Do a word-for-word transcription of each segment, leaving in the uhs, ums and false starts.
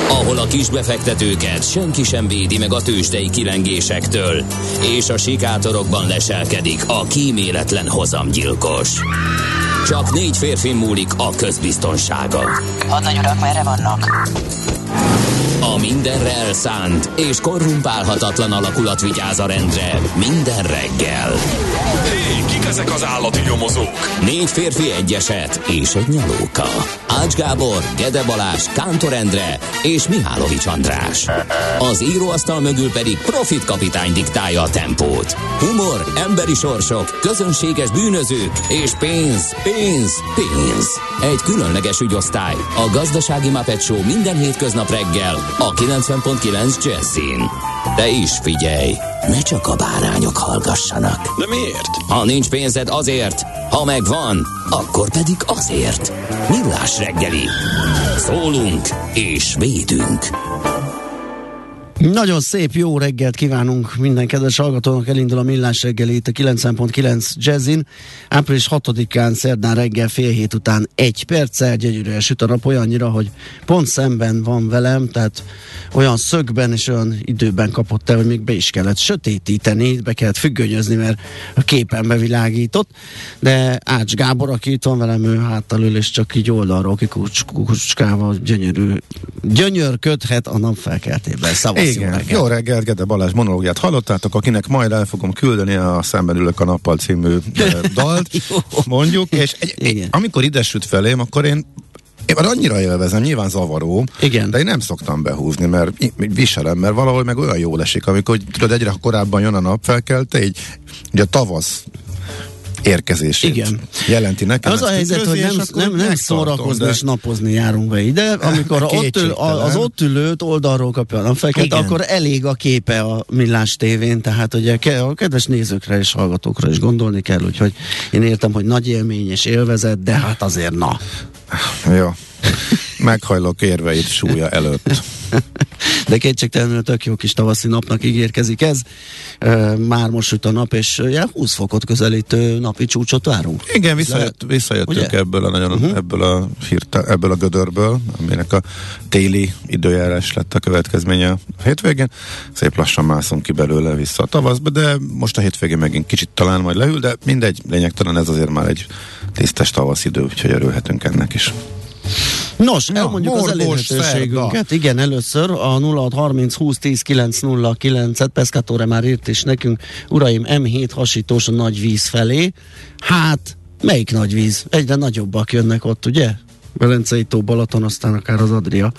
ahol a kisbefektetőket senki sem védi meg a tőzsdei kilengésektől, és a sikátorokban leselkedik a kíméletlen hozamgyilkos. Csak négy férfi múlik a közbiztonsága. Hadnagy urak, merre vannak? A mindenre elszánt és korrumpálhatatlan alakulat vigyáz a rendre minden reggel. Hé, kik ezek az állati nyomozók? Négy férfi, egy eset és egy nyalóka. Ács Gábor, Gede Balázs, Kántor Endre és Mihálovics András. Az íróasztal mögül pedig Profit kapitány diktálja a tempót. Humor, emberi sorsok, közönséges bűnözők és pénz, pénz, pénz. Egy különleges ügyosztály, a Gazdasági Muppet Show minden hétköznap reggel a kilencven pont kilenc Jazzin. De is figyelj, ne csak a bárányok hallgassanak. De miért? Ha nincs pénzed, azért, ha megvan, akkor pedig azért. Millás reggeli. Szólunk és védünk. Nagyon szép, jó reggelt kívánunk minden kedves hallgatónak, elindul a Millás reggeli itt a kilencven pont kilenc Jazzin. április hatodikán szerdán reggel fél hét után egy perccel, gyönyörűen süt a nap, olyannyira, hogy pont szemben van velem, tehát olyan szögben és olyan időben kapott el, hogy még be is kellett sötétíteni, be kellett függönyözni, mert a képen bevilágított, de Ács Gábor, aki itt van velem, ő háttal ül, és csak így oldalról kikucskával gyönyörű, gyönyörködhet a nap felkeltében. Szavasz. Igen. Jó reggelt. Jó reggelt, Gede Balázs monológiát hallottátok, akinek majd el fogom küldeni a Szemben ülök a nappal című dalt, mondjuk, és egy, egy, amikor ide süt felém, akkor én Én már annyira élvezem, nyilván zavaró, igen. De én nem szoktam behúzni, mert viselem, mert valahol meg olyan jól esik, amikor tudod, egyre korábban jön a napfelkelte, így, így a tavasz érkezését igen. jelenti nekem. Az a helyzet, hogy nem, nem, nem szórakozni de... és napozni járunk be ide, amikor ott ül, az ott ülőt oldalról kapja a napfelkelt, akkor elég a képe a Millás tévén, tehát ugye a kedves nézőkre és hallgatókra is gondolni kell, úgyhogy én értem, hogy nagy élmény és élvezet, de hát azért na. Jó. Meghajlok érveit súlya előtt. De kétségtelenül tök jó kis tavaszi napnak ígérkezik ez. Már most süt a nap, és ja, húsz fokot közelítő napi csúcsot várunk. Igen, visszajött, visszajöttünk ebből a, nagyon, uh-huh. ebből, a hirte, ebből a gödörből, aminek a téli időjárás lett a következménye a hétvégén. Szép lassan mászunk ki belőle vissza a tavaszba, de most a hétvégén megint kicsit talán majd leül, de mindegy, lényegtelen, ez azért már egy tisztes tavaszidő, úgyhogy örülhetünk ennek is. Nos, elmondjuk az elérhetőségünket. Igen, először a nulla hat harminc húsz tíz kilenc nulla kilencet Pescatore már írt is nekünk. Uraim, em hét hasítós a nagy víz felé. Hát, melyik nagy víz? Egyre nagyobbak jönnek ott, ugye? Velencei tó, Balaton, aztán akár az Adria.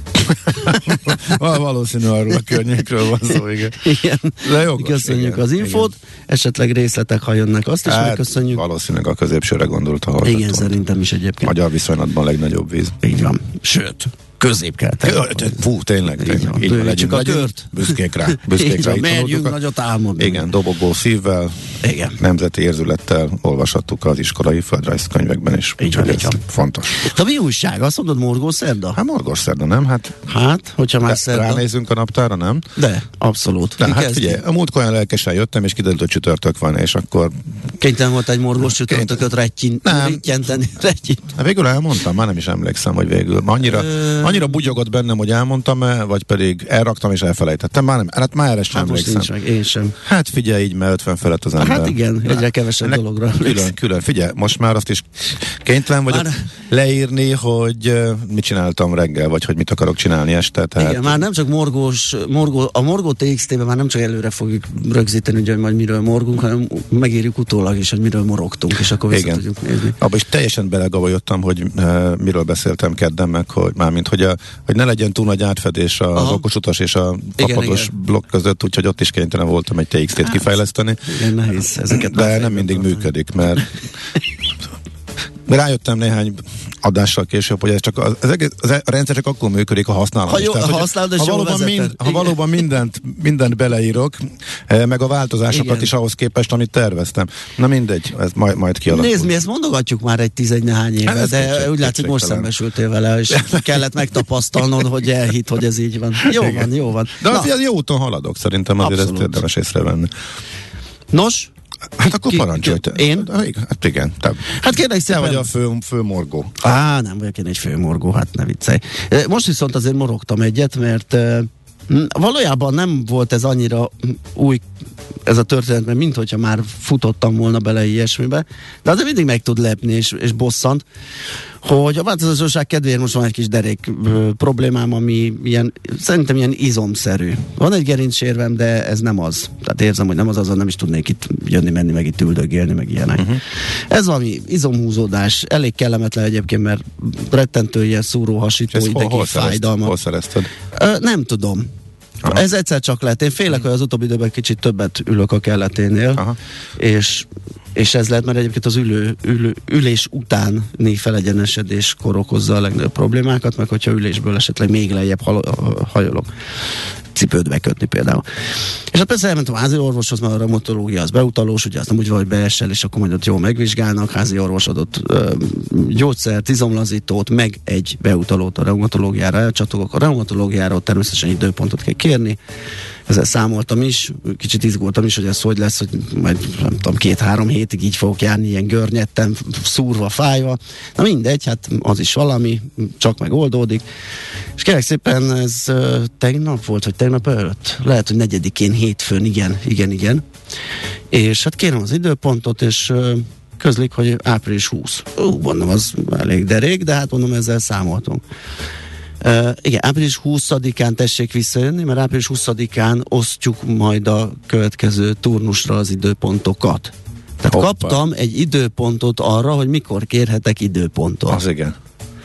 Valószínű arról a környékről van szó, igen. Igen. De jogos, köszönjük igen, az infót, igen. Esetleg részletek, ha jönnek, azt is hát, megköszönjük. Valószínűleg a középsőre gondolt a hallgató. Igen, szerintem is egyébként. Magyar viszonylatban a legnagyobb víz. Így van. Sőt, közép-keleten. Fú, tényleg, tényleg. Így van, legyünk, a tört. Büszkék rá. Büszkék rá. Merjünk nagyot álmodni. Igen, dobogó szívvel, igen. Nemzeti érzülettel olvashattuk az iskolai földrajzkönyvekben is. Így van, így van. Fontos. A mi újság? Azt mondod, morgós szerda? Hát morgós szerda, nem? Hát, hát hogyha már szerda. Ránézünk a naptára, nem? De, abszolút. De, hát figyelj, a múltkor olyan lelkesen jöttem, és kiderült, hogy csütörtök van, és akkor... Kénytelen volt egy morgós csütörtököt rettyenteni. Hát végül elmondtam, már nem is emlékszem, hogy végül. Annyira, Ö... annyira bugyogott bennem, hogy elmondtam-e, vagy pedig elraktam és elfelejtettem. Már nem, hát már erre sem hát emlékszem. Most nincs meg, én sem. Hát figyelj, így mert ötven felett az ember. Hát igen, egyre kevesebb ne, dologra. Külön, külön. Figyelj, most már azt is kénytelen vagyok már... leírni, hogy uh, mit csináltam reggel, vagy hogy mit akarok csinálni este. Tehát... Igen, már nem csak morgós, morgó, a morgó té iksz té-ben már nem csak előre fogjuk rögzíteni, hogy majd miről morgunk, hanem megírjuk utólag is, hogy miről morogtunk, és akkor vissza tudjuk nézni. Abba is teljesen belegavajodtam, hogy uh, miről beszéltem kedden, meg hogy mármint, hogy, a, hogy ne legyen túl nagy átfedés az aha. okosutas és a papados blokk között, úgyhogy ott is kénytelen voltam egy té iksz té-t hát, kifejleszteni. Igen, nehéz ezeket. De nem mindig működik, mert rájöttem néhány adással később, hogy ez csak az, az egész, az a rendszer csak akkor működik, ha használom. Ha, jó, Tehát, ha használod, ha valóban, mind, ha valóban mindent, mindent beleírok, meg a változásokat igen. is ahhoz képest, amit terveztem. Na mindegy, ez majd, majd kialakul. Nézd, mi ezt mondogatjuk már egy tizegy nehány éve, hát de kicsit, úgy látszik, most szembesültél vele, és kellett megtapasztalnod, hogy elhitt, hogy ez így van. Jó igen. van, jó van. De az jó úton haladok, szerintem azért abszolút. Ezt érdemes észrevenni. Nos, Hát akkor parancsolj. Én? Hát igen. Te, hát kérlek szépen. Te vagy a fő, fő morgó. Á, nem vagyok én egy fő morgó, hát ne viccelj. Most viszont azért morogtam egyet, mert valójában nem volt ez annyira új, ez a történet, mert mint hogyha már futottam volna bele ilyesmibe, de azért mindig meg tud lepni és, és bosszant, hogy a változatosság kedvéért most van egy kis derék ö, problémám, ami ilyen, szerintem ilyen izomszerű. Van egy gerincsérvem, de ez nem az. Tehát érzem, hogy nem az, azon nem is tudnék itt jönni, menni, meg itt üldögélni, meg ilyenek. Uh-huh. Ez valami izomhúzódás, elég kellemetlen egyébként, mert rettentő ilyen szúró, hasító, idegi fájdalma. Hol szerezted? Ö, nem tudom. Aha. Ez egyszer csak lehet. Én félek, hogy az utóbbi időben kicsit többet ülök a kelleténél, és, és ez lehet, mert egyébként az ülő, ülő, ülés utáni felegyenesedéskor okozza a legnagyobb problémákat, meg hogyha ülésből esetleg még lejjebb hajolok. Cipőt bekötni például. És hát persze elmentem a házi orvoshoz, mert a reumatológia az beutalós, ugye azt nem úgy van, hogy beesel, és akkor majd ott jól megvizsgálnak, házi orvos adott ö, gyógyszert, izomlazítót, meg egy beutalót a reumatológiára, elcsatogok a reumatológiára, ott természetesen időpontot kell kérni, ezzel számoltam is, kicsit izgultam is, hogy ez hogy lesz, hogy majd nem tudom, két-három hétig így fogok járni, ilyen görnyetten, szúrva, fájva. Na mindegy, hát az is valami, csak megoldódik. És kérlek szépen, ez uh, tegnap volt, vagy tegnap előtt? Lehet, hogy negyedikén, hétfőn, igen, igen, igen. És hát kérem az időpontot, és uh, közlik, hogy április huszadika. Ú, mondom, az elég derék, de hát mondom, ezzel számoltunk. Uh, igen, április huszadikán tessék visszajönni, mert április huszadikán osztjuk majd a következő turnusra az időpontokat. Tehát Hoppa. kaptam egy időpontot arra, hogy mikor kérhetek időpontot. Az igen.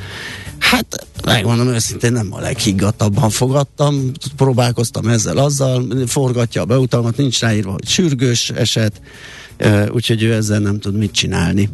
Hát, megmondom őszintén, nem a leghiggadtabban fogadtam, próbálkoztam ezzel, azzal, forgatja a beutalmat, nincs ráírva, hogy sürgős eset, uh, úgyhogy ő ezzel nem tud mit csinálni.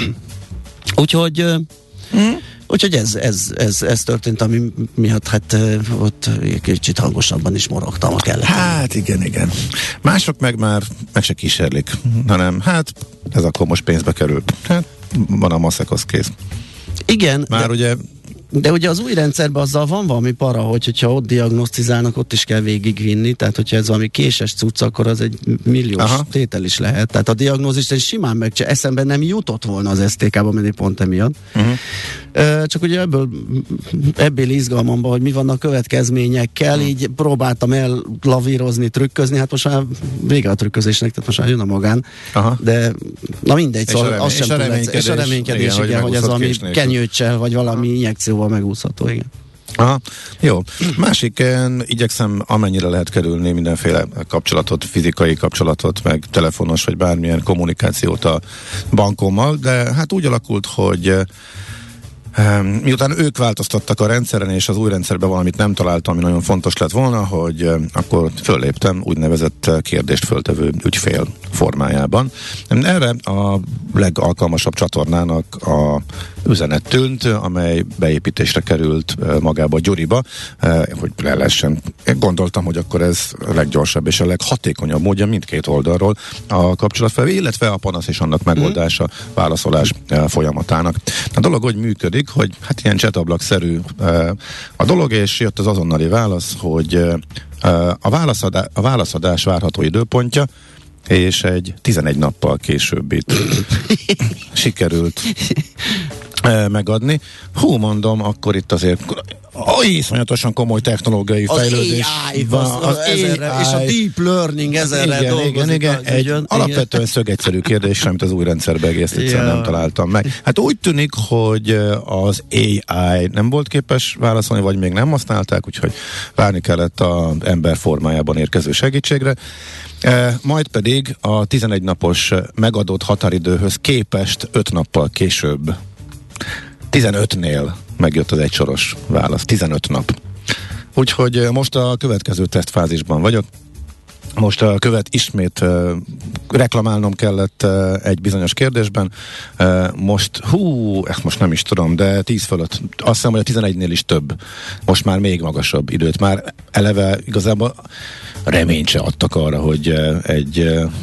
úgyhogy... Uh, hmm? Úgyhogy ez, ez, ez, ez történt, ami miatt hát ott kicsit hangosabban is morogtam a kellett. Hát igen, igen. Mások meg már meg se kísérlik, hanem hát ez akkor most pénzbe kerül. Hát van a maszek, az kész. Igen. Már de... ugye De ugye az új rendszerben azzal van valami para, hogy, hogyha ott diagnosztizálnak, ott is kell végigvinni, tehát hogyha ez valami késes cucc, akkor az egy milliós Aha. tétel is lehet. Tehát a diagnózist egy simán megcsinál, eszembe nem jutott volna az es té ká-ba menni pont emiatt. Uh-huh. Csak ugye ebből ebből izgalmamban, hogy mi vannak következményekkel, uh-huh. így próbáltam ellavírozni, trükközni, hát most már vége a trükközésnek, tehát most már jön a magán, Aha. de na mindegy, szóval remény, az sem és a reménykedés, és a reménykedés igen, igen, hogy ez valami kenyőccsel, vagy valami injekció megúszható, igen. Aha, jó. Másik, igyekszem amennyire lehet kerülni mindenféle kapcsolatot, fizikai kapcsolatot, meg telefonos, vagy bármilyen kommunikációt a bankommal, de hát úgy alakult, hogy miután ők változtattak a rendszeren, és az új rendszerben valamit nem találtam, ami nagyon fontos lett volna, hogy akkor fölléptem úgynevezett kérdést föltevő ügyfél formájában. Erre a legalkalmasabb csatornának a üzenet tűnt, amely beépítésre került magába a Gyuriba, hogy le lehessen. Én gondoltam, hogy akkor ez a leggyorsabb és a leghatékonyabb módja mindkét oldalról a kapcsolatfelvé, illetve a panasz és annak megoldása, válaszolás folyamatának. A dolog hogy működik, hogy hát ilyen csetablaszerű a dolog, és jött az azonnali válasz, hogy a, válaszadá, a válaszadás várható időpontja, és egy tizenegy nappal későbbit sikerült megadni. Hú, mondom, akkor itt azért oh, iszonyatosan komoly technológiai az fejlődés á i, van. Az, az ezerre, és a deep learning ezerre igen, dolgozik. Igen, igen, az egy ügyön. alapvetően szögegyszerű kérdés, amit az új rendszerben egész egyszerűen yeah. nem találtam meg. Hát úgy tűnik, hogy az á i nem volt képes válaszolni, vagy még nem használták, úgyhogy várni kellett az ember formájában érkező segítségre. E, majd pedig a tizenegy napos megadott határidőhöz képest öt nappal később tizenötnél megjött az egysoros válasz. tizenöt nap. Úgyhogy most a következő tesztfázisban vagyok. Most a követ ismét uh, reklamálnom kellett uh, egy bizonyos kérdésben. Uh, most, hú, ezt most nem is tudom, de tíz fölött. Azt hiszem, hogy a tizenegynél is több. Most már még magasabb időt. Már eleve igazából reményt se adtak arra, hogy uh, egy uh,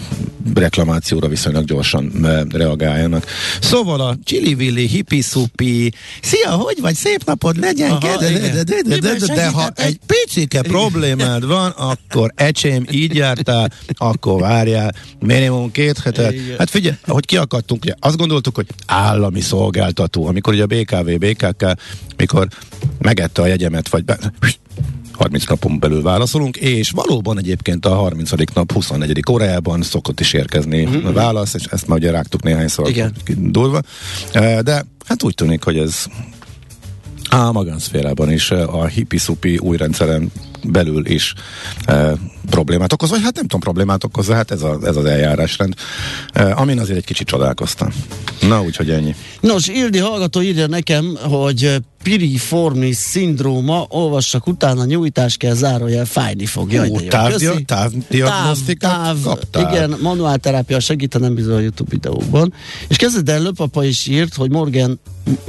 reklamációra viszonylag gyorsan reagáljanak. Szóval a csili-villi, hippi-szupi, szia, hogy vagy, szép napod legyen, de ha egy picike problémád van, akkor ecsém, így jártál, akkor várjál minimum két hetet. Hát figyelj, ahogy kiakadtunk, ugye azt gondoltuk, hogy állami szolgáltató, amikor ugye a bé ká vé, bé ká ká, mikor megette a jegyemet, vagy be, harminc napon belül válaszolunk, és valóban egyébként a harmincadik nap huszonnegyedik órájában szokott is érkezni mm-hmm. a válasz, és ezt már ugye rágtuk néhányszor durva. De hát úgy tűnik, hogy ez a magánszférában is, a hippi-szupi új rendszeren belül is e, problémát okoz, vagy hát nem tudom, problémát okoz, hát ez, a, ez az eljárásrend, e, amin azért egy kicsit csodálkoztam. Na, úgyhogy ennyi. Nos, Ildi hallgató írja nekem, hogy piriformis szindróma, olvassak utána, nyújtás kell, zárójel, fájni fog. Jaj, Hú, távdia, távdiagnosztikát táv, kaptál? Igen, manuálterápia segít, nem bizony a YouTube videókban. És kezded el, Löpapa is írt, hogy Morgan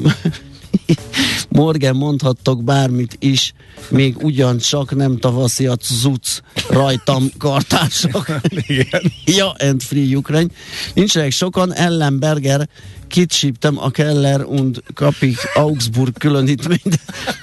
Morgan, mondhattok bármit is, még ugyancsak nem tavaszi a cucc rajtam kartársak. Igen. Ja, and free Ukraine. Nincsenek sokan, Ellenberger, kitsíptem a Keller und Kapik Augsburg különítményt.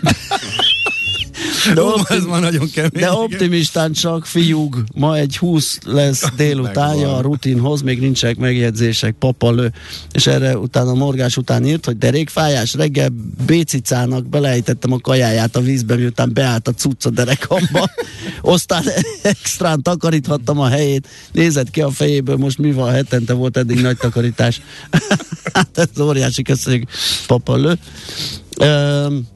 De, optim- ez már nagyon kemény, de optimistán csak, fiúg, ma egy húsz lesz délutánja a rutinhoz, még nincsenek megjegyzések, papa lő. És erre utána Morgás után írt, hogy derékfájás, reggel bécicának belejtettem a kajáját a vízbe, miután beállt a cucc a derekamba. Aztán extrán takaríthattam a helyét, nézett ki a fejéből, most mi van, hetente volt eddig nagy takarítás. Hát ez óriási, köszönjük, papa lő. Um,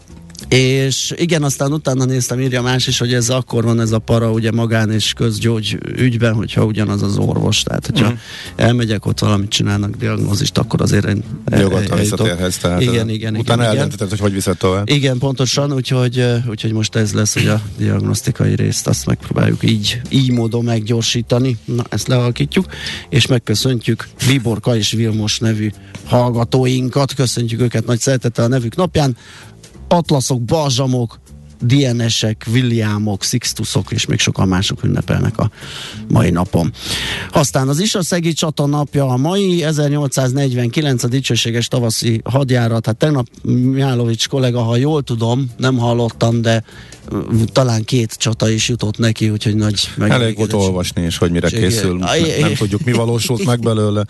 És igen, aztán utána néztem, írja más is, hogy ez akkor van ez a para, ugye magán és közgyógy ügyben, hogyha ugyanaz az orvos, tehát hogyha uh-huh. elmegyek, ott valamit csinálnak, diagnózist, akkor azért én jogot visszatérhez, tehát igen, igen, utána igen, eldönteted, hogy hogy viszed tovább. Igen, pontosan, úgyhogy, úgyhogy most ez lesz, hogy a diagnosztikai részt azt megpróbáljuk így, így módon meggyorsítani. Na, ezt lehalkítjuk, és megköszöntjük Viborka és Vilmos nevű hallgatóinkat, köszöntjük őket nagy szeretettel a nevük napján. Atlaszok, balzsamok, dé en esek, Williamok, Sixtusok és még sokan mások ünnepelnek a mai napon. Aztán az Isaszegi csata napja a mai, ezernyolcszáznegyvenkilenc a dicsőséges tavaszi hadjárat. Hát tegnap Mihálovics kollega, ha jól tudom, nem hallottam, de talán két csata is jutott neki, úgyhogy nagy megelégedés. Elég volt olvasni, és hogy mire készül. Nem, nem tudjuk, mi valósult meg belőle.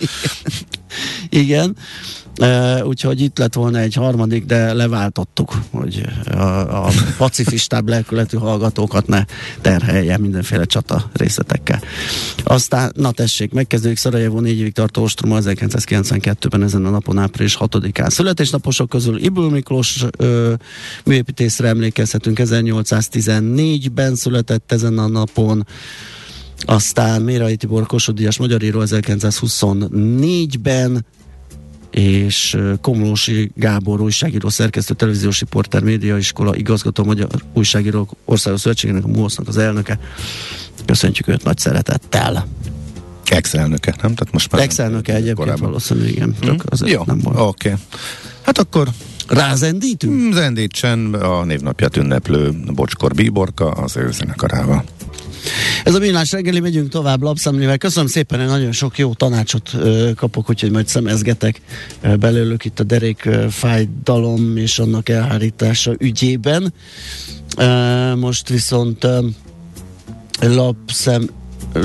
Igen. Uh, úgyhogy itt lett volna egy harmadik, de leváltottuk, hogy a, a pacifistább lelkületű hallgatókat ne terhelje mindenféle csata részletekkel. Aztán, na tessék, megkezdődik Szarajevó négy évig tartó ostroma ezerkilencszázkilencvenkettőben ezen a napon, április hatodikán. Születésnaposok közül Ybl Miklós uh, műépítészre emlékezhetünk, ezernyolcszáztizennégyben született ezen a napon. Aztán Mérai Tibor Kossuth Díjas magyar író ezerkilencszázhuszonnégyben, és Komlósi Gábor újságíró, szerkesztő, televíziós riporter, médiaiskola igazgató, Magyar Újságírók Országos Szövetségének, a MUOSZ-nak az elnöke. Köszöntjük őt nagy szeretettel. Ex-elnöke, nem? Tehát most már ex-elnöke egyébként valószínűleg, igen. Hmm? Jó, oké. Okay. Hát akkor rázendítünk? Zendítsen a névnapját ünneplő Bocskor Bíborka az ő zenekarával. Ez a Millás reggeli, megyünk tovább lapszemlével. Köszönöm szépen, nagyon sok jó tanácsot ö, kapok, úgyhogy majd szemezgetek ö, belőlük itt a derék ö, fájdalom és annak elhárítása ügyében. Ö, most viszont ö, lapszem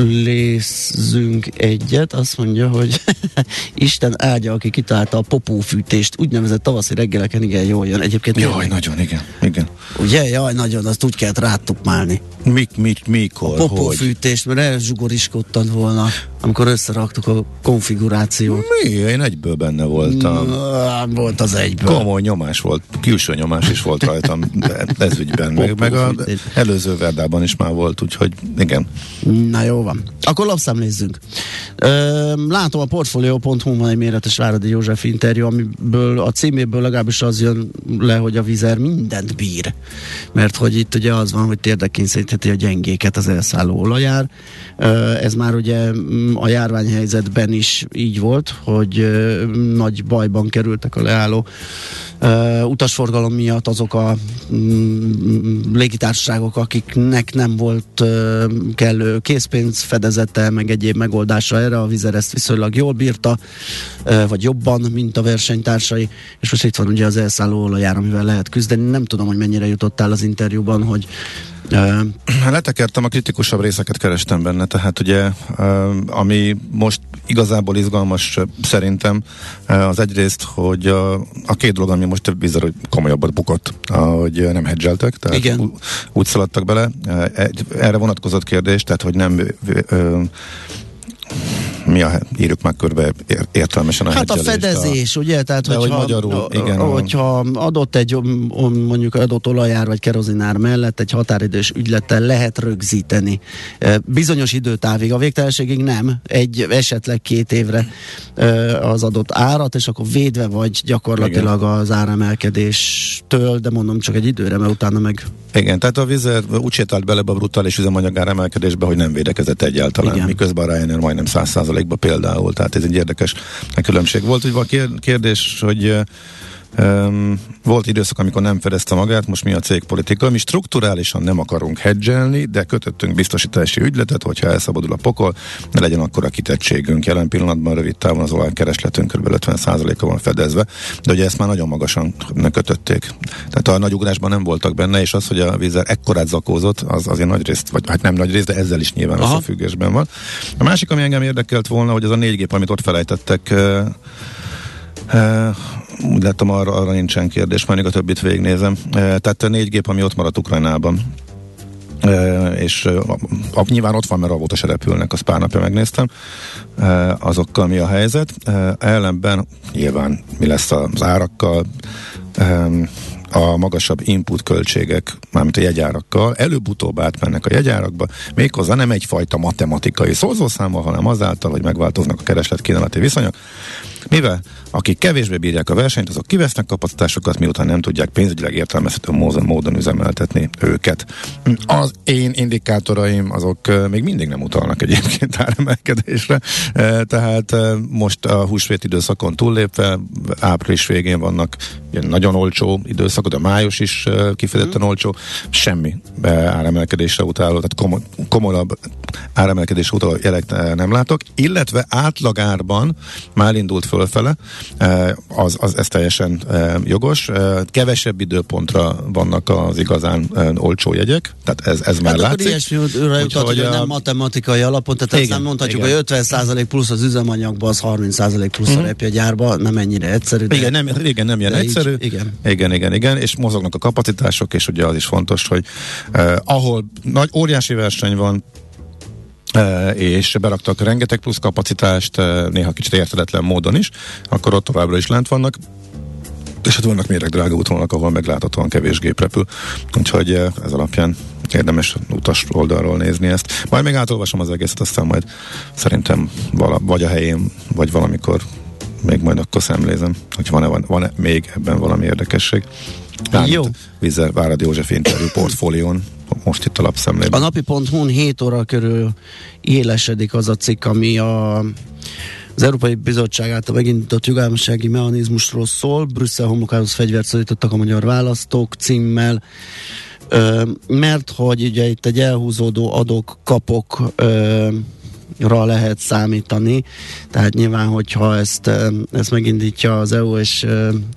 lézzünk egyet, azt mondja, hogy Isten áldja, aki kitalálta a popófűtést, úgynevezett tavaszi reggeleken, igen, jól jön. Egyébként jaj, jön. Nagyon, igen, igen. Ugye, jaj, nagyon, azt úgy kellett rátukmálni. Mik, mik, mikor, a popófűtést, mert elzsugoriskodtad volna, amikor összeraktuk a konfigurációt. Mi? Én egyből benne voltam. Mm, volt az egyből. Komoly nyomás volt, külső nyomás is volt rajtam ez ügyben, meg, meg az előző Verdában is már volt, úgyhogy igen. Na jó van. Akkor lapszemlézzünk. Látom, a portfolio pont hu van egy méretes Váradi József interjú, amiből a címéből legalábbis az jön le, hogy a Vizer mindent bír. Mert hogy itt ugye az van, hogy térdekényszerítheti a gyengéket az elszálló olajár. Ez már ugye a járványhelyzetben is így volt, hogy nagy bajban kerültek a leálló utasforgalom miatt azok a légitársaságok, akiknek nem volt uh, kellő készpénz fedezete, meg egyéb megoldása erre, a Wizz Air ezt viszonylag jól bírta, uh, vagy jobban, mint a versenytársai, és most itt van ugye az elszálló olajár, amivel lehet küzdeni. Nem tudom, hogy mennyire jutottál az interjúban, hogy Uh, Letekertem, a kritikusabb részeket kerestem benne, tehát ugye uh, ami most igazából izgalmas uh, szerintem uh, az egyrészt, hogy uh, a két dolog, ami most több bizony, hogy komolyabbat bukott, uh, hogy uh, nem hedgeltek, tehát igen. ú- úgy szaladtak bele. Uh, egy, erre vonatkozott kérdés, tehát hogy nem uh, mi a, írjuk meg körbe értelmesen a hát a fedezés, a, ugye? Tehát, hogyha, hogy magyarul, igen, hogyha adott egy mondjuk adott olajár vagy kerozinár mellett egy határidős ügylettel lehet rögzíteni bizonyos időtávig, a végtelenségig nem, egy esetleg két évre az adott árat, és akkor védve vagy gyakorlatilag igen. az áremelkedéstől, de mondom csak egy időre, mert utána meg... Igen, tehát a Wizz Air úgy sétált bele a brutális üzemanyag áremelkedésbe, hogy nem védekezett egyáltalán, igen. miközben a Ryanair majdnem száz százalékba például, tehát ez egy érdekes különbség volt. Úgy van kérdés, hogy um, volt időszak, amikor nem fedezte magát, most mi a cégpolitika, mi strukturálisan nem akarunk hedgelni, de kötöttünk biztosítási ügyletet, hogyha elszabadul a pokol, ne legyen akkor a kitettségünk. Jelen pillanatban rövid távon az olajkeresletünk kb. ötven százaléka van fedezve, de ugye ezt már nagyon magasan kötötték. Tehát a nagy ugrásban nem voltak benne, és az, hogy a Wizz Air ekkorát zakózott, az azért nagy részt, vagy hát nem nagy részt, de ezzel is nyilván Aha. összefüggésben van. A másik, ami engem érdekelt volna, hogy az a négy gép, amit ott felejtettek, uh, uh, úgy láttam, arra, arra nincsen kérdés, majd a többit végignézem. Uh, tehát a négy gép, ami ott maradt Ukrajnában, Uh, és uh, nyilván ott van, mert avóta se repülnek, azt pár napja megnéztem, uh, azokkal mi a helyzet. Uh, ellenben nyilván mi lesz az árakkal, um, a magasabb input költségek, mármint a jegyárakkal, előbb-utóbb átmennek a jegyárakba, méghozzá nem egyfajta matematikai szorzószámmal, hanem azáltal, hogy megváltoznak a kereslet-kínálati viszonyok. Mivel akik kevésbé bírják a versenyt, azok kivesznek kapacitásokat, miután nem tudják pénzügyileg értelmezhető módon, módon üzemeltetni őket. Az én indikátoraim azok még mindig nem utalnak egyébként áremelkedésre, tehát most a húsvét időszakon túllépve, április végén vannak ilyen nagyon olcsó időszakok, de május is kifejezetten mm. olcsó, semmi áremelkedésre utáló, tehát komoly, komolyabb áremelkedésre utáló jelek nem látok, illetve átlagárban már indult fölfele, az, az ez teljesen jogos. Kevesebb időpontra vannak az igazán olcsó jegyek, tehát ez, ez már hát látszik. Hát akkor ilyesmi jutott, hogy a... nem matematikai alapon, tehát aztán mondhatjuk, igen. hogy ötven százalék plusz az üzemanyagban, az harminc százalék plusz uh-huh. a repjegyárban, nem ennyire egyszerű. De, igen, nem, igen, nem ilyen egyszerű. Így, igen. igen, igen, igen, és mozognak a kapacitások, és ugye az is fontos, hogy eh, ahol nagy, óriási verseny van, Uh, és beraktak rengeteg plusz kapacitást, uh, néha kicsit érthetetlen módon is, akkor ott továbbra is lent vannak, és hát vannak méregdrága útvonalak, ahol megláthatóan kevés gép repül, úgyhogy uh, ez alapján érdemes utas oldalról nézni ezt. Majd még átolvasom az egészet, aztán majd szerintem vala, vagy a helyén, vagy valamikor még majd akkor szemlézem, hogy van-e, van, van-e még ebben valami érdekesség. Bármint jó. Wizz Air Várad József interjú portfólión, most itt a lapszemlében. A napi pont hu-n hét óra körül élesedik az a cikk, ami a, az Európai Bizottság által megindított jogállamisági mechanizmusról szól. Brüsszel homlokához fegyvert szorítottak a magyar választók címmel, ö, mert hogy ugye itt egy elhúzódó adok-kapok ö, ra lehet számítani, tehát nyilván, hogyha ezt, ezt megindítja az é u, és,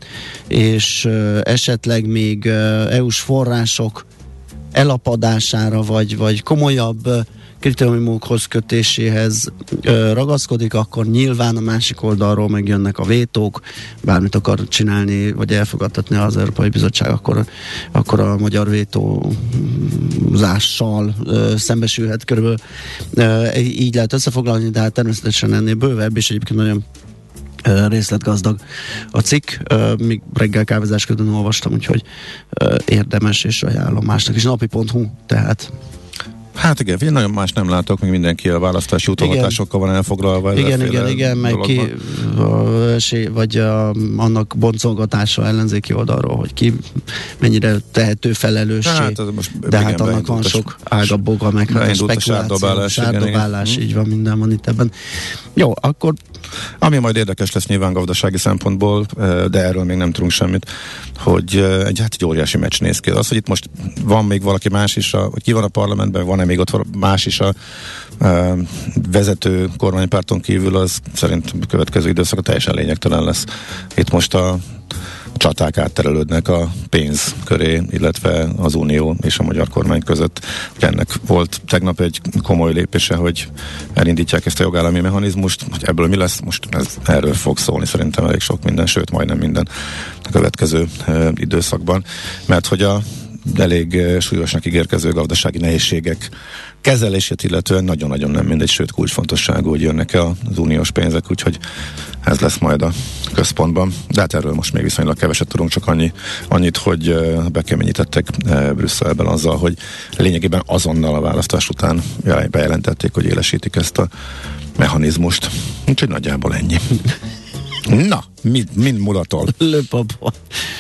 és esetleg még é u-s források elapadására, vagy, vagy komolyabb kritériumokhoz kötéséhez ö, ragaszkodik, akkor nyilván a másik oldalról megjönnek a vétók, bármit akar csinálni, vagy elfogadtatni az Európai Bizottság, akkor, akkor a magyar vétózással ö, szembesülhet körülbelül. Ö, így lehet összefoglalni, de hát természetesen ennél bővebb, és egyébként nagyon ö, részletgazdag a cikk. Ö, még reggel kávézás közben olvastam, úgyhogy ö, érdemes, és ajánlom másnak is. napi pont hu, tehát Hát igen, figyelj, nagyon más nem látok, még mindenki a választási utóhatásokkal van elfoglalva. Igen, igen, igen, meg ki, a, vagy a, annak boncolgatása ellenzéki oldalról, hogy ki mennyire tehető felelőssé, hát, de hát annak van sok ágaboga, meg a spekuláció, sárdobálás, így van, minden van itt ebben. Jó, akkor... Ami majd érdekes lesz nyilván gazdasági szempontból, de erről még nem tudunk semmit, hogy egy, hát egy óriási meccs néz ki. Az, hogy itt most van még valaki más is, a, hogy ki van a parlamentben, van-e még ott más is a, a vezető kormánypárton kívül, az szerint a következő időszakra teljesen lényegtelen lesz. Itt most a csaták átterelődnek a pénz köré, illetve az Unió és a magyar kormány között. Ennek volt tegnap egy komoly lépése, hogy elindítják ezt a jogállami mechanizmust, hogy ebből mi lesz, most ez, erről fog szólni szerintem elég sok minden, sőt majdnem minden a következő e, időszakban, mert hogy a elég súlyosnak ígérkező gazdasági nehézségek kezelését illetően nagyon-nagyon nem mindegy, sőt kulcsfontosságú, hogy jönnek el az uniós pénzek, úgyhogy ez lesz majd a központban. De hát erről most még viszonylag keveset tudunk, csak annyi, annyit, hogy bekeményítettek Brüsszelben azzal, hogy lényegében azonnal a választás után bejelentették, hogy élesítik ezt a mechanizmust. Úgyhogy nagyjából ennyi. Na, mind, mind mulatol. Löpapa.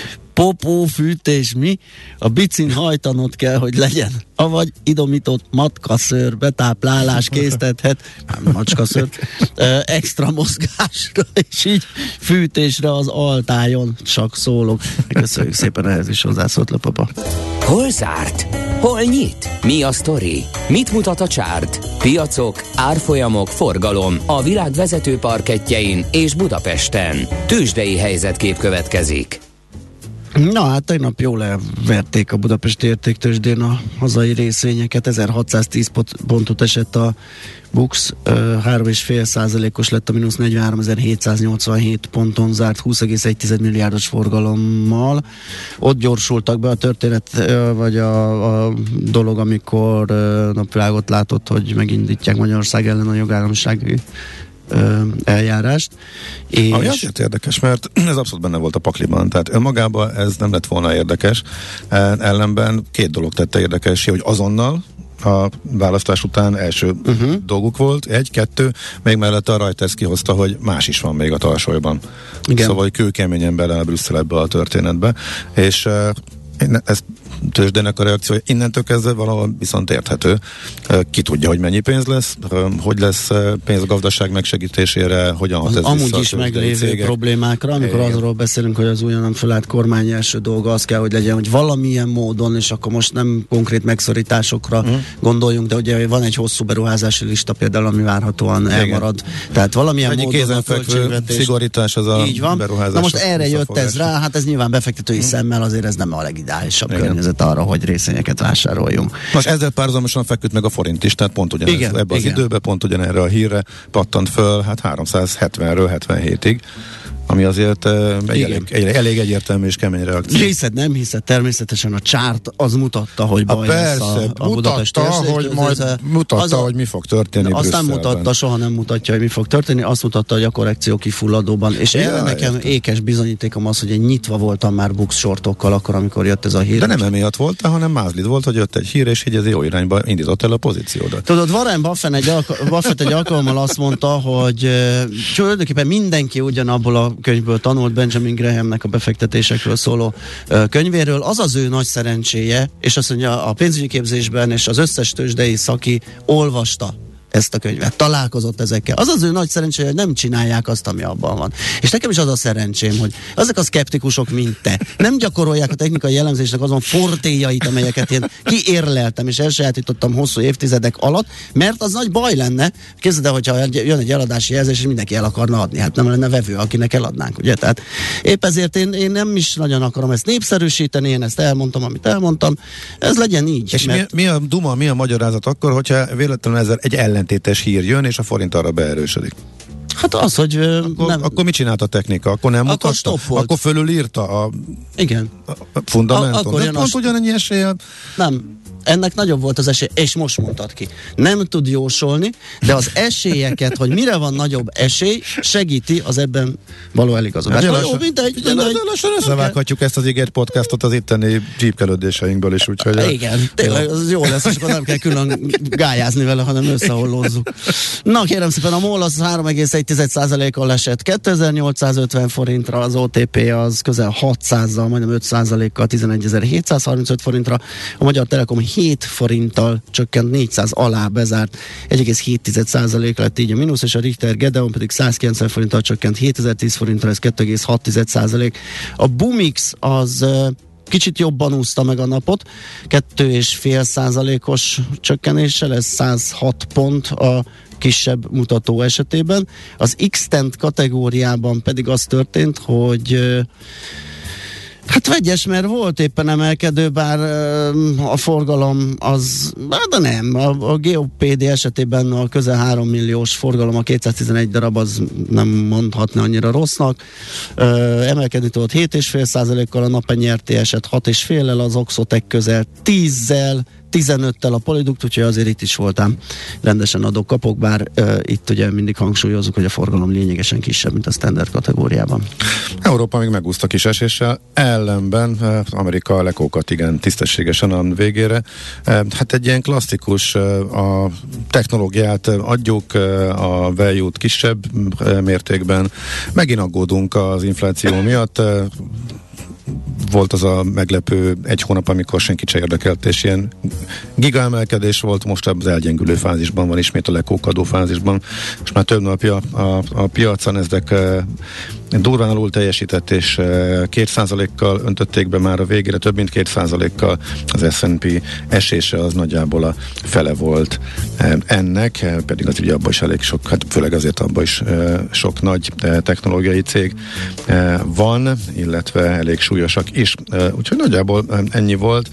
Popófűtés mi? A bicin hajtanod kell, hogy legyen. Avagy idomított matkaszőr betáplálás késztethet, nem macskaszőr, e, extra mozgásra, és így fűtésre az altájon. Csak szólok. Köszönjük szépen, ehhez is hozzászólt Löpapa. Hol zárt? Hol nyit? Mi a sztori? Mit mutat a csárt? Piacok, árfolyamok, forgalom a világ vezető parkettjein és Budapesten. Tőzsdei helyzetkép következik. Na hát tegnap jól elverték a budapesti értéktőzsdén a hazai részvényeket, ezerhatszáztíz pontot esett a BUX, három egész öt százalékos lett a mínusz, negyvenháromezer-hétszáznyolcvanhét ponton zárt, húsz egész egy milliárdos forgalommal. Ott gyorsultak be a történet, vagy a, a dolog, amikor napvilágot látott, hogy megindítják Magyarország ellen a jogállamisági eljárást. És ami azért érdekes, mert ez abszolút benne volt a pakliban, tehát önmagában ez nem lett volna érdekes, ellenben két dolog tette érdekessé, hogy azonnal a választás után első uh-huh. dolguk volt, egy, kettő, még mellett a Reuters kihozta, hogy más is van még a talsólyban. Igen. Szóval, hogy kőkeményen bele a Brüsszel ebbe a történetbe, és uh, ezt tőzsdének a reakciója innentől kezdve valahol viszont érthető. Ki tudja, hogy mennyi pénz lesz, hogy lesz pénz a gazdaság megsegítésére, hogyan hat ez amúgy vissza is meglévő cégek problémákra, amikor igen. azról beszélünk, hogy az újonnan fölállt kormány első dolga az kell, hogy legyen, hogy valamilyen módon, és akkor most nem konkrét megszorításokra mm. gondoljunk, de ugye van egy hosszú beruházási lista például, ami várhatóan igen. elmarad. Tehát valamilyen egy módon a költségvetés szigorítás az a így van. beruházás. Na most erre jött ez rá, hát ez nyilván befektetői mm. szemmel azért ez nem a legideálisabb környezet arra, hogy részvényeket vásároljunk. Most ezzel párhuzamosan feküdt meg a forint is, tehát pont ugyanez, igen, ebbe az igen. időben, pont ugyanerre a hírre pattant föl, hát háromszázhetvenről hetvenhétig, ami azért uh, egy elég, egy, elég egyértelmű és kemény reakció. Hiszed, nem hiszed, természetesen a csárt az mutatta, hogy baj lesz a, a Budapesti mutatta, hogy majd mutatta, az a, hogy mi fog történni azt nem mutatta, soha nem mutatja, hogy mi fog történni, azt mutatta, hogy a korrekció kifulladóban. És ja, erre nekem értem. Ékes bizonyítékom az, hogy én nyitva voltam már BUX sortokkal akkor, amikor jött ez a hír. De nem emiatt volt, hanem mázlid volt, hogy jött egy hír, és így ez jó irányba indított el a pozíciódat. Tudod, Warren Buffett egy, alk- Buffett egy alkalommal azt mondta, hogy uh, tulajdonképpen mindenki ugyanabból a könyvből tanult, Benjamin Grahamnek a befektetésekről szóló uh, könyvéről. Az az ő nagy szerencséje, és azt mondja, a pénzügyi képzésben és az összes tőzsdei szaki olvasta ezt a könyvet, találkozott ezekkel. Az az ő nagy szerencséje, hogy nem csinálják azt, ami abban van. És nekem is az a szerencsém, hogy azok a szkeptikusok, mint te, nem gyakorolják a technikai jellemzésnek azon fortéjait, amelyeket én kiérleltem és elsajátítottam hosszú évtizedek alatt, mert az nagy baj lenne. Képzeld el, hogyha jön egy eladási jelzés, és mindenki el akarna adni. Hát nem lenne vevő, akinek eladnánk, ugye? Tehát épp ezért én, én nem is nagyon akarom ezt népszerűsíteni, én ezt elmondtam, amit elmondtam. Ez legyen így. És mert... mi, mi a duma, mi a magyarázat akkor, hogyha véletlenül ezzel egy ellentétes hír jön, és a forint arra beerősödik? Hát az, hogy akkor, nem... Akkor mit csinált a technika? Akkor nem akkor mutatta? Akkor fölülírta a, igen. a fundamentum? A, akkor de pont ugyanannyi eséllyel? Nem. ennek nagyobb volt az esély, és most mondtad ki. Nem tud jósolni, de az esélyeket, hogy mire van nagyobb esély, segíti az ebben való eligazodás. Hát, jó, mindegy, mindegy. Lassan összevághatjuk ezt az ígért podcastot az itteni csípkelődéseinkből is, úgyhogy... A... Igen, tényleg az jó lesz, és akkor nem kell külön gályázni vele, hanem összehollózzuk. Na kérem szépen, a MOL az három egész egy százalékkal esett kétezer-nyolcszázötven forintra, az o té pé az közel hatszázzal, majdnem öt százalékkal tizenegyezer-hétszázharmincöt forintra, a Magyar Telekom hét forinttal csökkent, négyszáz alá bezárt, egy egész hét százalék lett így a mínusz, és a Richter Gedeon pedig százkilencven forinttal csökkent, hétezer-tíz forintra, ez két egész hat százalék. A Bumix az kicsit jobban úszta meg a napot, kettő és fél százalékos csökkenéssel, ez száz hat pont a kisebb mutató esetében. Az X-Tent kategóriában pedig az történt, hogy hát vegyes, mert volt éppen emelkedő, bár uh, a forgalom az, de nem, a, a gé o pé dé esetében a közel három milliós forgalom, a kétszáztizenegy darab az nem mondhatni annyira rossznak. Uh, emelkedni tudott hét egész öt százalékkal, a Napen nyerté eset hat egész öt százalékkal, az Oxotec közel tízzel, tizenöttel a Poliduct, úgyhogy azért itt is voltam rendesen adok-kapok, bár uh, itt ugye mindig hangsúlyozunk, hogy a forgalom lényegesen kisebb, mint a standard kategóriában. Európa még megúszta kis eséssel, ellenben uh, Amerika lekókat igen tisztességesen a végére. Uh, hát egy ilyen klasszikus uh, a technológiát adjuk, uh, a value-t kisebb uh, mértékben. Megint aggódunk az infláció miatt, uh, volt az a meglepő egy hónap, amikor senkit se érdekelt, és ilyen gigaemelkedés volt, most az elgyengülő fázisban van, ismét a lekókadó fázisban. Most már több napja a, a piacon ezek e, durván alul teljesített, és e, két százalékkal öntötték be már a végére, több mint két százalékkal az es and pé esése az nagyjából a fele volt e, ennek, e, pedig az ugye abban is elég sok, hát főleg azért abban is e, sok nagy e, technológiai cég e, van, illetve elég súlyosak is. Úgyhogy nagyjából ennyi volt.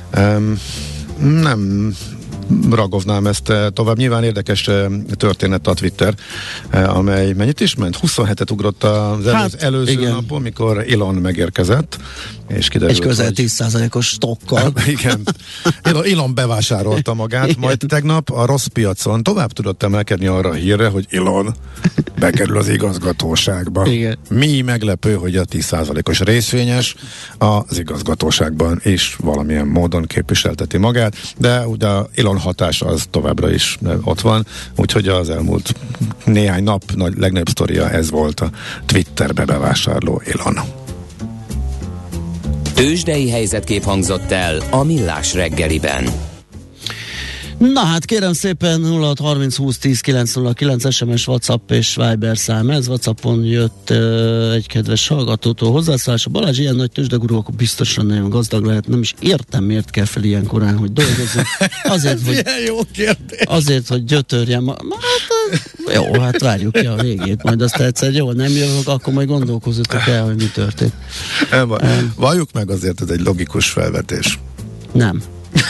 Nem ragovnám ezt tovább. Nyilván érdekes történet a Twitter, amely mennyit is ment? huszonhetet ugrott az előző, hát, előző napon, mikor Elon megérkezett, és kiderült, egy közel hogy... tíz százalékos stokkal. Igen. Elon bevásárolta magát, igen. Majd tegnap a rossz piacon tovább tudott emelkedni arra a hírre, hogy Elon bekerül az igazgatóságba. Igen. Mi meglepő, hogy a tíz százalékos részvényes az igazgatóságban is valamilyen módon képviselteti magát, de ugye Elon hatása az továbbra is ott van, úgyhogy az elmúlt néhány nap nagy legnagyobb sztoria ez volt, a Twitterbe bevásárló Elon. Tőzsdei helyzetkép hangzott el a Millás reggeliben. Na hát kérem szépen nulla hat harminc húsz tíz kilenc nulla kilenc es em es, WhatsApp és Viber szám. Ez WhatsAppon jött uh, egy kedves hallgatótól hozzászólás. A Balázs ilyen nagy tőzsdegurú, akkor biztosan nagyon gazdag lehet. Nem is értem, miért kell fel ilyen korán, hogy dolgozzon. Azért, hogy, jó kérdés. azért, hogy gyötörjem. Hát, jó, hát várjuk ki a végét. Majd azt egyszer jól nem jövök, akkor majd gondolkozzatok el, hogy mi történt. Um, Valljuk meg, azért ez egy logikus felvetés. Nem.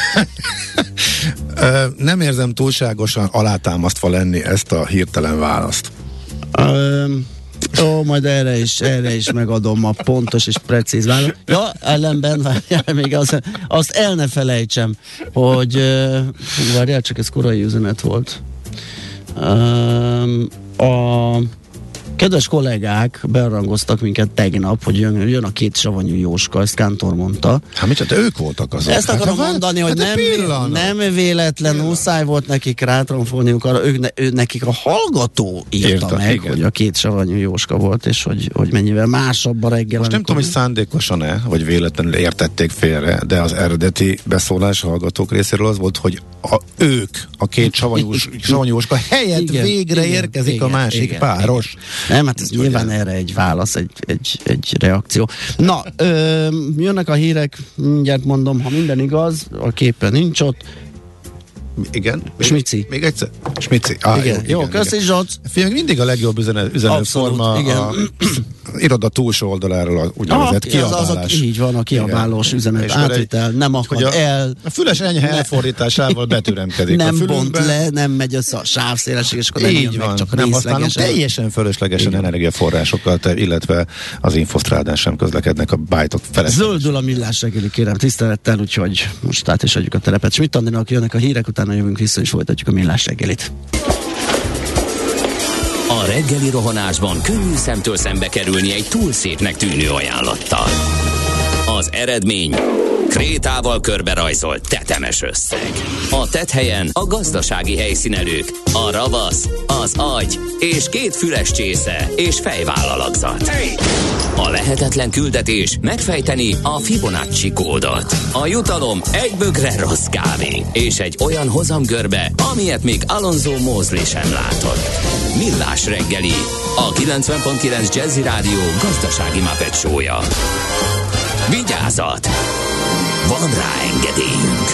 Nem érzem túlságosan alátámasztva lenni ezt a hirtelen választ. Um, ó, majd erre is, erre is megadom a pontos és precíz választ. Ja, ellenben, várjál, még az, azt el ne felejtsem, hogy uh, várjál, csak ez korai üzenet volt. Um, a kedves kollégák bearangoztak minket tegnap, hogy jön, jön a két savanyú Jóska, ezt Kántor mondta. Hát micsoda, ők voltak azok. Ezt akarom hát, mondani, hát, hogy hát nem, nem véletlen, muszáj volt nekik rátronfolniuk arra, ők, ne, ő, nekik a hallgató írta Érta, meg, igen. hogy a két savanyú Jóska volt, és hogy, hogy mennyivel másabb a reggel. Most nem tudom, hogy szándékosan-e, vagy véletlenül értették félre, de az eredeti beszólás a hallgatók részéről az volt, hogy a, ők, a két savanyú Jóska helyett igen, végre igen, érkezik igen, a másik igen, páros. Igen. Nem, hát ez Úgy nyilván ugye? Erre egy válasz, egy, egy, egy reakció. Na, ö, jönnek a hírek, mindjárt mondom, ha minden igaz, a képen nincs ott. Igen. Smici. Még egyszer. Smici. Ah, igen. Jó, jó köszi Zsoc. Figyelj, mindig a legjobb üzenet, üzenetforma a iroda túlsó oldaláról az úgynevezett kiabálás. Az, az, így van, a kiabálós igen. Üzenet és átvitel, egy, nem akad a, el. A füles enyhe elfordításával betüremkedik. Nem bont le, nem megy össze a sávszélesség, és akkor így van, meg csak nem használunk teljesen fölöslegesen energiaforrásokat, illetve az Infostrádán sem közlekednek a bájtok felesleges. Zöldül a millás reggeli, kérem tisztelettel, úgyhogy most át is adjuk a terepet. Schmidt Andinak jönnek a hírek, utána jövünk vissza, és folytatjuk a millás reggelit. A reggeli rohanásban könnyű szemtől szembe kerülni egy túl szépnek tűnő ajánlattal. Az eredmény krétával körberajzolt tetemes összeg. A tetthelyen a gazdasági helyszínelők, a ravasz, az agy és két füles csésze és fejvállalakzat. A lehetetlen küldetés megfejteni a Fibonacci kódot. A jutalom egy bögre rossz kávé és egy olyan hozamgörbe, amilyet még Alonso Mosley sem látott. Millás reggeli, a kilencven pont kilenc Jazzy Rádió gazdasági Muppet show-ja. Vigyázat! Van rá engedélyünk!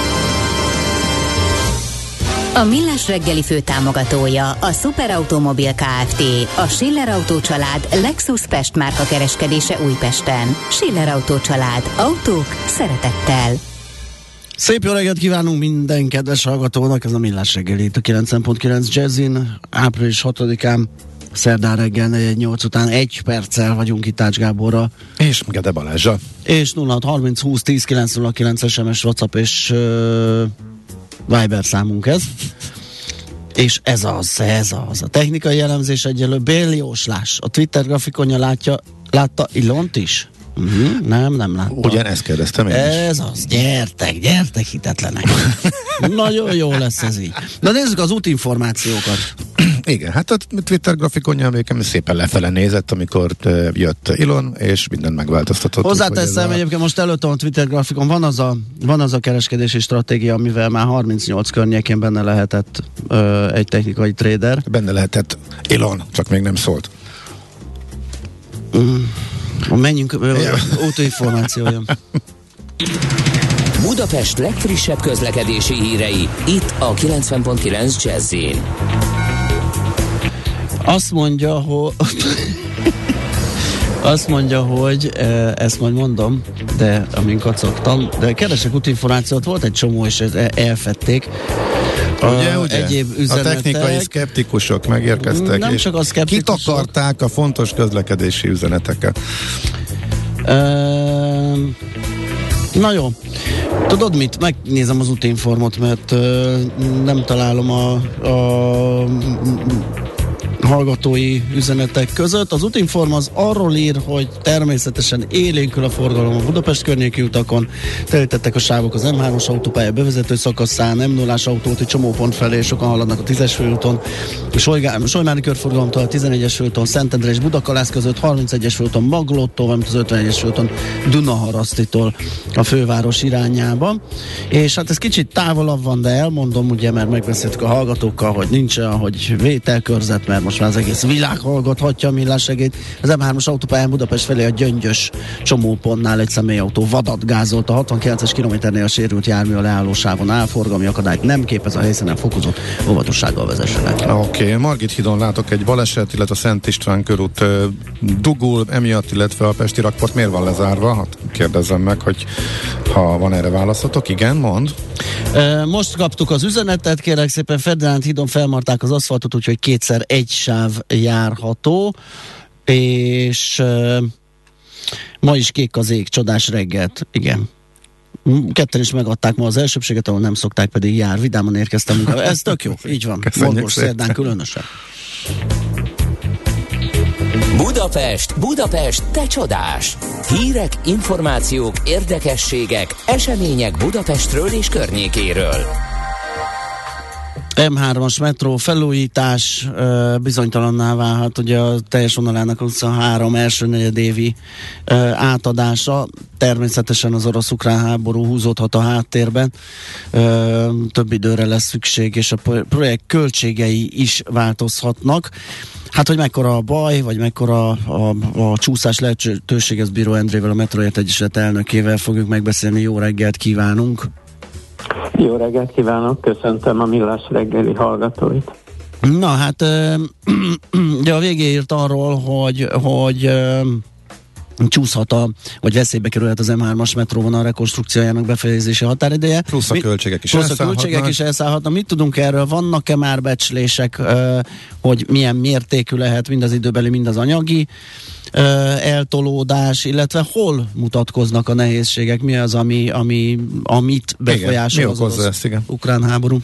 A Millás reggeli főtámogatója a Superautomobil Kft. A Schiller Autó család Lexus Pest márka kereskedése Újpesten. Schiller Autó család. Autók szeretettel. Szép jó reggelt kívánunk minden kedves hallgatónak, ez a Millás reggeli itt a kilencven pont kilenc Jazzin, április hatodikán, szerdán reggel negyven nyolc után egy perccel vagyunk itt Ács Gáborra. És Gede Balázsa. És nulla hat harminc húsz tíz kilenc nulla kilenc es em es, WhatsApp és uh, Viber számunk ez. És ez az, ez az. A technikai elemzés egyelő béljóslás. A Twitter grafikonja látja, látta Ilont is? Uh-huh. Nem, nem láttam. Ugyanezt kérdeztem én Ez is. Az, gyertek, gyertek hitetlenek. Nagyon jó lesz ez így. De nézzük az útinformációkat. Igen, hát a Twitter grafikonja emlékem szépen lefele nézett, amikor jött Elon, és mindent megváltoztatott. Hozzáteszem, a... egyébként most előttem a Twitter grafikon van az a, van az a kereskedési stratégia, amivel már harmincnyolc környékén benne lehetett ö, egy technikai trader. Benne lehetett Elon, csak még nem szólt. Mm. Menjünk, útinformáció jön. Budapest legfrissebb közlekedési hírei, itt a kilencven pont kilenc Jazzin. Azt mondja, hogy azt mondja, hogy ezt majd mondom, de amin kacagtam, de keresek útinformációt, volt egy csomó, és elfedték. Ugye, ugye? Egyéb üzenetek. A technikai szkeptikusok megérkeztek, nem és csak a szkeptikusok. Kitakarták a fontos közlekedési üzeneteket. Uh, na jó. Tudod mit? Megnézem az útinformot, mert uh, nem találom a, a hallgatói üzenetek között. Az útinform az arról ír, hogy természetesen élénkül a forgalom a Budapest környéki utakon, telítettek a sávok az em hármas autópálya bevezető szakaszán, em nullás autóúti csomópont felé, sokan haladnak a tízes főúton, Solymári körforgalomtól a tizenegyes főúton, Szentendre és Budakalász között, harmincegyes főúton Maglóttól, valamint az ötvenegyes főúton Dunaharasztitól a főváros irányába. És hát ez kicsit távolabb van, de elmondom, ugye, mert megbeszéltük a hallgatókkal, hogy nincs olyan, hogy vételkörzet, mert most már az egész világ hallgathatja a Millás reggelyt. Az em hármas autópályán Budapest felé a Gyöngyös csomópontnál egy személyautó vadat gázolt a hatvankilences kilométernél a sérült jármű a leállósávon áll, forgalmi akadályt nem képez, a helyszínen fokozott óvatossággal vezessenek. Oké, okay. Margit hídon látok egy baleset, illetve a Szent István körút uh, dugul emiatt, illetve a Pesti rakpart miért van lezárva? Hát kérdezzem meg, hogy ha van erre válaszatok. Igen, mond. Uh, most kaptuk az üzenetet, kérlek szépen, Ferdinánd hídon felmarták az aszfaltot, úgyhogy kétszer egy sáv járható, és uh, ma is kék az ég, csodás reggelt, igen. Ketten is megadták ma az elsőbséget, ahol nem szokták, pedig jár. Vidáman érkeztem munkába. Ez tök jó, így van. Morgos szerdán különösen. Budapest, Budapest, te csodás! Hírek, információk, érdekességek, események Budapestről és környékéről. em hármas metró felújítás bizonytalanná válhat, ugye a teljes vonalának huszonhárom első negyedévi átadása, természetesen az orosz-ukrán háború húzódhat a háttérben, több időre lesz szükség, és a projekt költségei is változhatnak. Hát, hogy mekkora a baj, vagy mekkora a, a, a csúszás lehetőség, ez Bíró Endrével, a Metrojet Egyesület elnökével fogjuk megbeszélni. Jó reggelt kívánunk! Jó reggelt kívánok, köszöntöm a Millás reggeli hallgatóit. Na hát, ugye a végén írt arról, hogy, hogy csúszhat a, vagy veszélybe kerülhet az em hármas metróvonal rekonstrukciójának befejezési határideje. Plusz a költségek is Plusz a költségek is elszállhatnak. Mit tudunk erről? Vannak-e már becslések, hogy milyen mértékű lehet mind az időbeli, mind az anyagi eltolódás, illetve hol mutatkoznak a nehézségek? Mi az, ami, ami, amit befolyásol az orosz ukrán háború?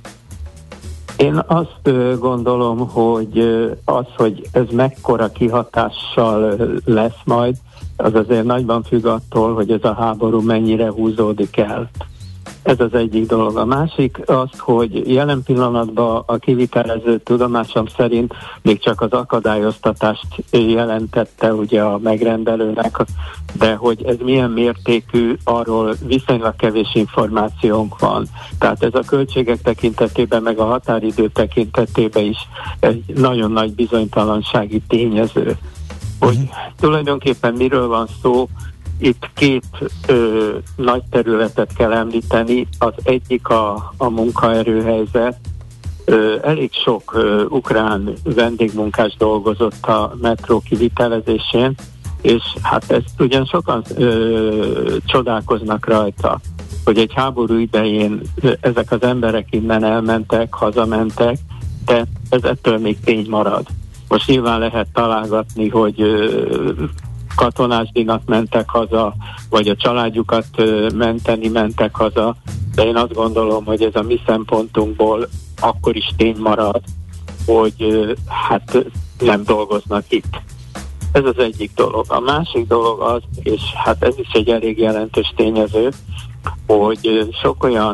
Én azt gondolom, hogy az, hogy ez mekkora kihatással lesz majd, az azért nagyban függ attól, hogy ez a háború mennyire húzódik el. Ez az egyik dolog. A másik az, hogy jelen pillanatban a kivitelező tudomásom szerint még csak az akadályoztatást jelentette ugye a megrendelőnek, de hogy ez milyen mértékű, arról viszonylag kevés információnk van. Tehát ez a költségek tekintetében, meg a határidő tekintetében is egy nagyon nagy bizonytalansági tényező. Hogy tulajdonképpen miről van szó, itt két ö, nagy területet kell említeni. Az egyik a, a munkaerőhelyzet. Ö, elég sok ö, ukrán vendégmunkás dolgozott a metró kivitelezésén, és hát ezt ugyan sokan ö, csodálkoznak rajta, hogy egy háború idején ezek az emberek innen elmentek, hazamentek, de ez ettől még tény marad. Most nyilván lehet találgatni, hogy ö, katonásdinak mentek haza, vagy a családjukat menteni mentek haza, de én azt gondolom, hogy ez a mi szempontunkból akkor is tény marad, hogy hát nem dolgoznak itt. Ez az egyik dolog. A másik dolog az, és hát ez is egy elég jelentős tényező, hogy sok olyan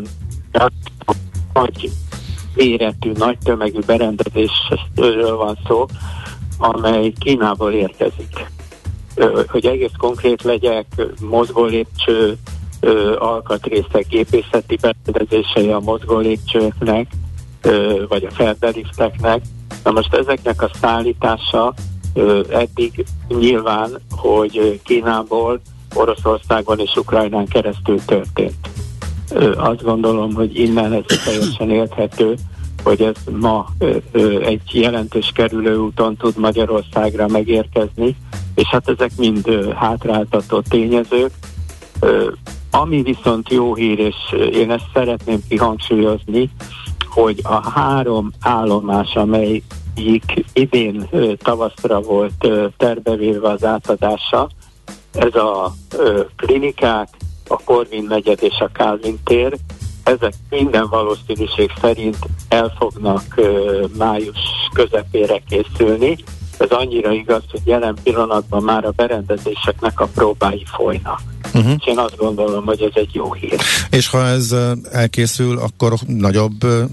nagy méretű, nagy tömegű berendezésről van szó, amely Kínából érkezik. Hogy egész konkrét legyek, mozgólépcső, alkatrészek, gépészeti berendezései a mozgólépcsőknek, vagy a felbelifteknek. Na most ezeknek a szállítása eddig nyilván, hogy Kínából, Oroszországon és Ukrajnán keresztül történt. Azt gondolom, hogy innen ez teljesen érthető, hogy ez ma egy jelentős kerülőúton tud Magyarországra megérkezni, és hát ezek mind hátráltató tényezők. Ami viszont jó hír, és én ezt szeretném kihangsúlyozni, hogy a három állomás, amelyik idén tavaszra volt tervevéve az átadása, ez a klinikák, a Korvin negyed és a Kálvin tér, ezek minden valószínűség szerint el fognak május közepére készülni. Ez annyira igaz, hogy jelen pillanatban már a berendezéseknek a próbái folynak. Uh-huh. És én azt gondolom, hogy ez egy jó hír. És ha ez elkészül, akkor nagyobb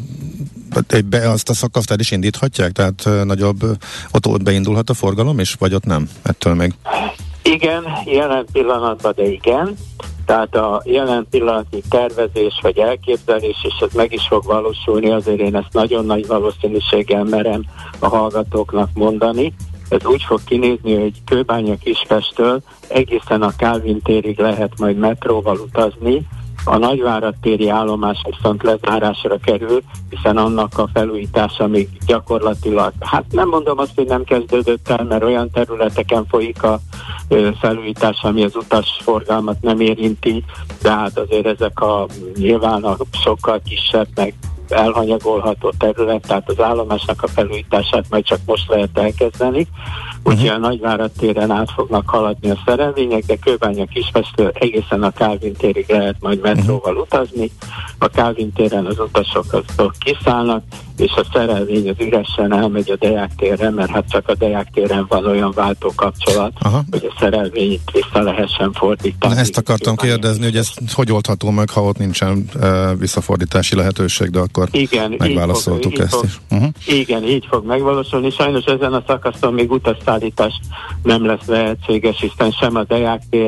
be azt a szakaszt el is indíthatják? Tehát nagyobb, ott, ott beindulhat a forgalom, és vagy ott nem? Ettől meg. Igen, jelen pillanatban, de igen. Tehát a jelen pillanatnyi tervezés vagy elképzelés, és ez meg is fog valósulni, azért én ezt nagyon nagy valószínűséggel merem a hallgatóknak mondani. Ez úgy fog kinézni, hogy Kőbánya-Kispesttől egészen a Kálvin térig lehet majd metróval utazni, a Nagyvárad téri állomás viszont lezárásra kerül, hiszen annak a felújítása még gyakorlatilag, hát nem mondom azt, hogy nem kezdődött el, mert olyan területeken folyik a ö, felújítás, ami az utasforgalmat nem érinti, de hát azért ezek a nyilván a sokkal kisebb, meg elhanyagolható terület, tehát az állomásnak a felújítását majd csak most lehet elkezdeni. Úgyhogy a Nagyvárad téren át fognak haladni a szerelvények, de Kőbánya-Kispesttől egészen a Kálvin térig lehet majd metróval utazni. A Kálvin téren az utasok azok kiszállnak, és a szerelvény az üresen elmegy a Deák térre, mert hát csak a Deák téren van olyan váltókapcsolat, Aha. hogy a szerelvényt vissza lehessen fordítani. Na, ezt akartam kérdezni, hogy ez hogy oldható meg, ha ott nincsen uh, visszafordítási lehetőség, de akkor igen, megválaszoltuk így fog, ezt így is. Uh-huh. Igen, így fog megvalósulni. Sajnos ezen a szakaszon még utasszállítás nem lesz lehetséges, hiszen sem a Deák tér,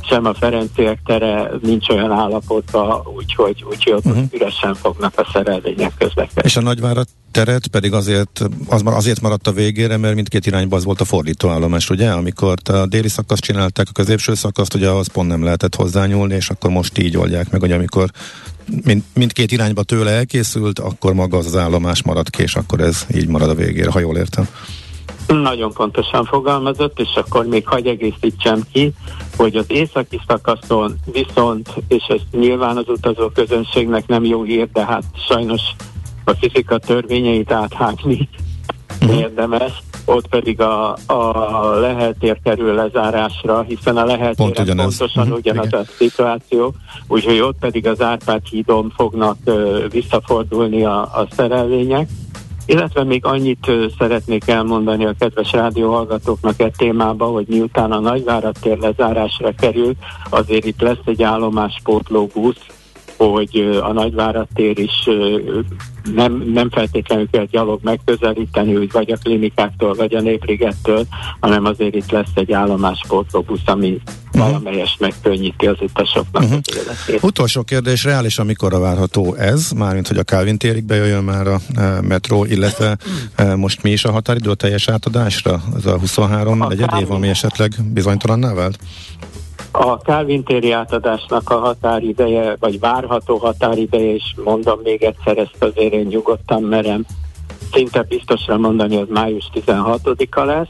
sem a Ferenciek tere nincs olyan állapotban, úgyhogy, úgyhogy ott uh-huh. üresen fognak a szerelvények közlekedni. És a Nagyvárad teret pedig azért, az azért maradt a végére, mert mindkét irányban az volt a fordítóállomás, ugye? Amikor a déli szakaszt csinálták, a középső szakaszt, ugye az pont nem lehetett hozzányúlni, és akkor most így oldják meg, hogy amikor mind, mindkét irányba tőle elkészült, akkor maga az, az állomás maradt ki, és akkor ez így marad a végére, ha jól értem. Nagyon pontosan fogalmazott, és akkor még hagy egészítsem ki, hogy az északi szakaszon viszont, és ez nyilván az utazó közönségnek nem jó hír, de hát sajnos a fizika törvényeit áthágni uh-huh. érdemes, ott pedig a, a Lehel-tér kerül lezárásra, hiszen a Lehel-téren pontosan uh-huh. ugyanaz igen. a szituáció, úgyhogy ott pedig az Árpád hídon fognak uh, visszafordulni a, a szerelvények. Illetve még annyit szeretnék elmondani a kedves rádióhallgatóknak e témában, hogy miután a Nagyvárad tér lezárásra kerül, azért itt lesz egy állomáspótló busz, hogy a Nagyvárad tér is nem, nem feltétlenül kell gyalog megközelíteni, úgy vagy a klinikáktól, vagy a Népligettől, hanem azért itt lesz egy állomáspótló busz, ami uh-huh. valamelyest megkönnyíti az utasoknak uh-huh. az életét. Utolsó kérdés, reálisan mikorra várható ez? Mármint, hogy a Kálvin térig bejöjjön már a e, metró, illetve e, most mi is a határidő a teljes átadásra? Ez a huszonhárom negyed év, ami esetleg bizonytalanná vált? A Kálvin téri átadásnak a határideje, vagy várható határideje, és mondom még egyszer, ezt azért én nyugodtan merem szinte biztosra mondani, az május tizenhatodika lesz.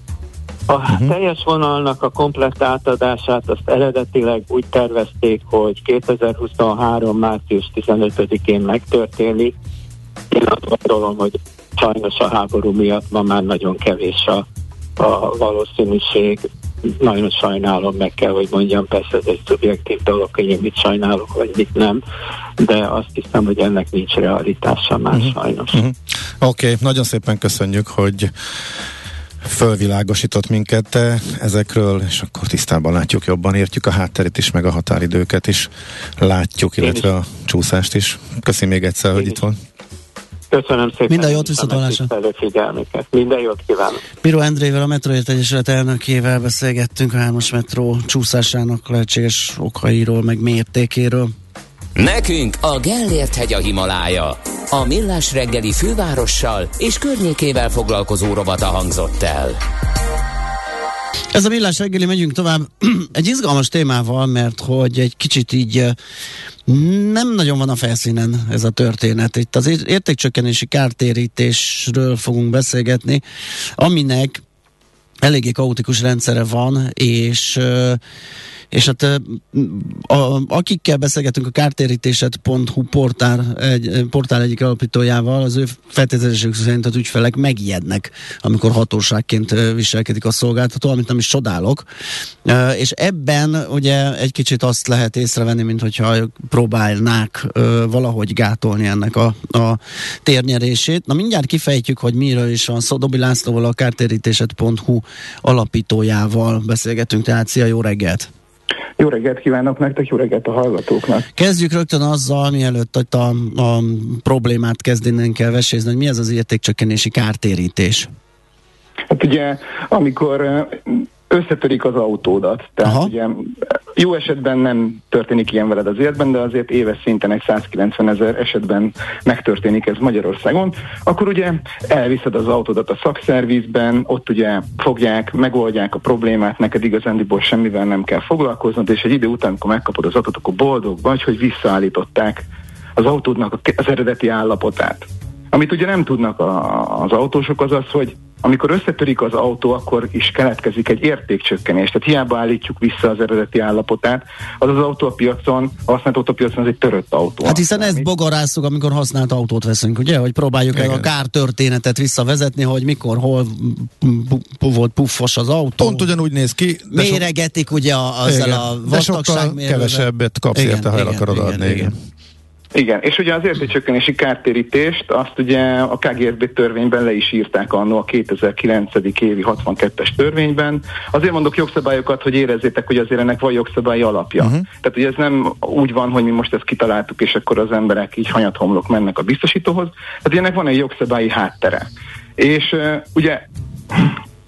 A uh-huh. teljes vonalnak a komplett átadását azt eredetileg úgy tervezték, hogy kétezer-huszonhárom március tizenötödikén megtörténik. Én azt gondolom, hogy sajnos a háború miatt ma már nagyon kevés a, a valószínűség. Nagyon sajnálom, meg kell, hogy mondjam, persze ez egy szubjektív dolog, hogy én mit sajnálok, vagy mit nem, de azt hiszem, hogy ennek nincs realitása már uh-huh. sajnos. Uh-huh. Oké, okay, nagyon szépen köszönjük, hogy fölvilágosított minket ezekről, és akkor tisztában látjuk, jobban értjük a hátterét is, meg a határidőket is látjuk, illetve a csúszást is. Köszönöm még egyszer, én hogy is. Itt van. Köszönöm szépen. Minden jót, viszontlátásra. Minden jót kívánok. Bíró Endrével, a Metróért Egyesület elnökével beszélgettünk a hármas metró csúszásának lehetséges okairól, meg mértékéről. Nekünk a Gellért hegy a Himalája. A Millás reggeli fővárossal és környékével foglalkozó rovata hangzott el. Ez a Millás reggeli, megyünk tovább egy izgalmas témával, mert hogy egy kicsit így nem nagyon van a felszínen ez a történet. Itt az értékcsökkenési kártérítésről fogunk beszélgetni, aminek eléggé kaotikus rendszere van, és és hát a, akikkel beszélgetünk, a kártérítésed pont hu portál, egy, portál egyik alapítójával, az ő feltételezésük szerint az ügyfelek megijednek, amikor hatóságként viselkedik a szolgáltató, amit nem is csodálok. És ebben ugye egy kicsit azt lehet észrevenni, mint hogyha próbálnák valahogy gátolni ennek a, a térnyerését. Na mindjárt kifejtjük, hogy miről is van szó. Dobi Lászlóval, a kártérítésed pont hu alapítójával beszélgetünk, tehát szia, jó reggelt! Jó reggelt kívánok nektek, jó reggelt a hallgatóknak. Kezdjük rögtön azzal, mielőtt a, a problémát kezdenénk el vesézni, hogy mi ez az értékcsökkenési kártérítés? Hát ugye, amikor összetörik az autódat, tehát Aha. ugye jó esetben nem történik ilyen veled az életben, de azért éves szinten egy százkilencvenezer esetben megtörténik ez Magyarországon, akkor ugye elviszed az autódat a szakszervizben, ott ugye fogják, megoldják a problémát, neked igazándiból semmivel nem kell foglalkoznod, és egy idő után, amikor megkapod az autót, akkor boldog vagy, hogy visszaállították az autódnak az eredeti állapotát. Amit ugye nem tudnak a, az autósok, az az, hogy amikor összetörik az autó, akkor is keletkezik egy értékcsökkenés. Tehát hiába állítjuk vissza az eredeti állapotát, az az autó a piacon, a használt autópiacon az egy törött autó. Hát hiszen ezt bogarásszuk, amikor használt autót veszünk, ugye? Hogy próbáljuk Igen. el a kártörténetet visszavezetni, hogy mikor, hol volt puffos az autó. Pont ugyanúgy néz ki. Méregetik ugye azzal a vastagságmérővel. Kevesebbet kapsz igen, érte, ha el akarod igen, adni. Igen. igen. Igen, és ugye az értékcsökkenési kártérítést azt ugye a ká gé es bé törvényben le is írták annó a kétezer-kilenc. évi hatvankettes törvényben. Azért mondok jogszabályokat, hogy érezzétek, hogy azért ennek van jogszabályi alapja. Uh-huh. Tehát ugye ez nem úgy van, hogy mi most ezt kitaláltuk, és akkor az emberek így hanyathomlok mennek a biztosítóhoz. Tehát ennek van egy jogszabályi háttere. És uh, ugye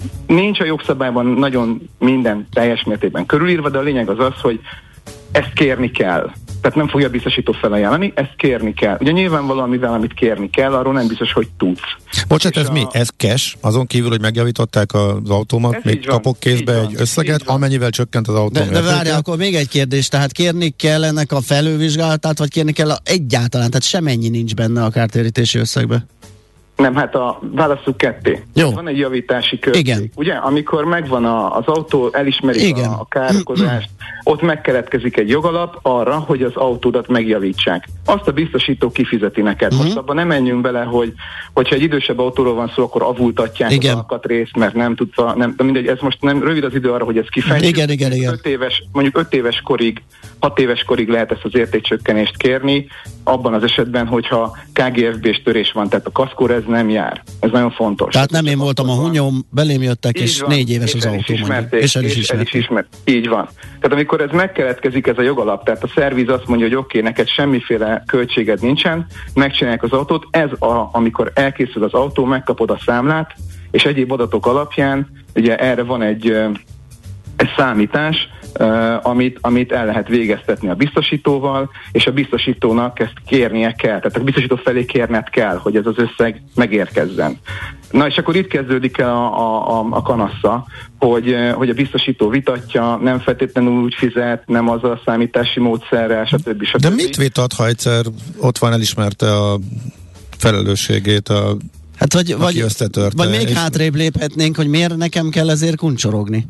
nincs a jogszabályban nagyon minden teljes mértékben körülírva, de a lényeg az az, hogy ezt kérni kell. Tehát nem fogja a biztosító felajánlani, ezt kérni kell. Ugye nyilvánvalóan, mivel amit kérni kell, arról nem biztos, hogy tudsz. Bocsánat, ez a... mi? Ez cash? Azon kívül, hogy megjavították az autómat, ez még kapok kézbe egy összeget, amennyivel csökkent az autó. De, de várjál, akkor még egy kérdés, tehát kérni kell ennek a felülvizsgálatát, vagy kérni kell a egyáltalán, tehát semennyi nincs benne a kártérítési összegbe? Nem, hát a válasszuk ketté. Jó. Van egy javítási költség. Igen. Ugye, amikor megvan a, az autó, elismerik a, a károkozást, ott megkeletkezik egy jogalap arra, hogy az autódat megjavítsák. Azt a biztosító kifizeti neked. Uh-huh. Most abban nem menjünk bele, hogy hogyha egy idősebb autóról van szó, akkor avultatják igen. az alkatrészt, mert nem tudva, nem, mindegy, ez most nem rövid az idő arra, hogy ez kifejtjük. Igen, igen, igen. öt éves, mondjuk öt éves korig, hat éves korig lehet ezt az értékcsökkenést kérni, abban az esetben, hogyha ká gé ef bé-s törés van, tehát a kaszkóra ez nem jár. Ez nagyon fontos. Tehát nem én voltam a hunyom, belém jöttek, és van, négy éves és az autó mondjuk. És el is ismerték. Ismert. Így van. Tehát amikor ez megkeletkezik, ez a jogalap, tehát a szerviz azt mondja, hogy oké, okay, neked semmiféle költséged nincsen, megcsinálják az autót, ez a, amikor elkészül az autó, megkapod a számlát, és egyéb adatok alapján, ugye erre van egy, egy számítás, Uh, amit, amit el lehet végeztetni a biztosítóval, és a biztosítónak ezt kérnie kell. Tehát a biztosító felé kérned kell, hogy ez az összeg megérkezzen. Na és akkor itt kezdődik el a, a, a kanassza, hogy, hogy a biztosító vitatja, nem feltétlenül úgy fizet, nem azzal a számítási módszerrel, stb. stb. De mit vitat, ha egyszer ott van, elismerte a felelősségét a hát vagy, vagy, vagy még és... hátrébb léphetnénk, hogy miért nekem kell ezért kuncsorogni?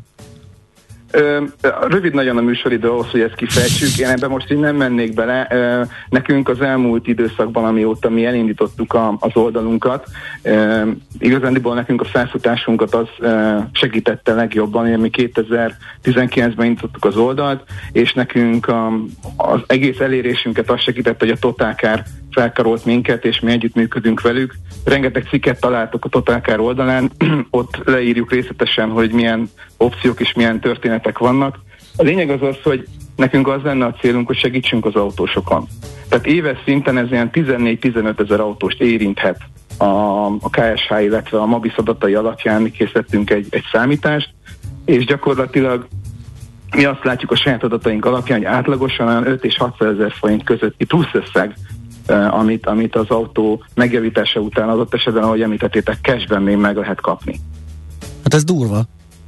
Ö, rövid nagyon a műsoridő ahhoz, hogy ezt kifejtsük. Én ebben most így nem mennék bele. Ö, nekünk az elmúlt időszakban, amióta mi elindítottuk a, az oldalunkat, ö, igazándiból nekünk a felfutásunkat az ö, segítette legjobban. Mi kétezer-tizenkilencben indítottuk az oldalt, és nekünk a, az egész elérésünket az segítette, hogy a Totalkár felkarolt minket, és mi együttműködünk velük. Rengeteg cikket találtok a Totalkár oldalán, ott leírjuk részletesen, hogy milyen opciók és milyen történetek vannak. A lényeg az az, hogy nekünk az lenne a célunk, hogy segítsünk az autósokon. Tehát éves szinten ez ilyen tizennégy-tizenöt ezer autóst érinthet a, a ká es há, illetve a Mabis adatai alapján mi készítettünk egy, egy számítást, és gyakorlatilag mi azt látjuk a saját adataink alapján, hogy átlagosan olyan öt és hatszázezer forint közötti plusz összeg, Uh, amit, amit az autó megjavítása után adott esetben, ahogy említettétek, cashben még meg lehet kapni. Hát ez durva.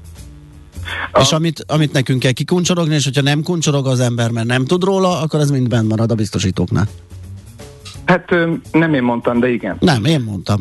A... És amit, amit nekünk kell kikuncsorogni, és hogyha nem kuncsorog az ember, mert nem tud róla, akkor ez mind benn marad a biztosítóknál. Hát um, nem én mondtam, de igen. Nem, én mondtam.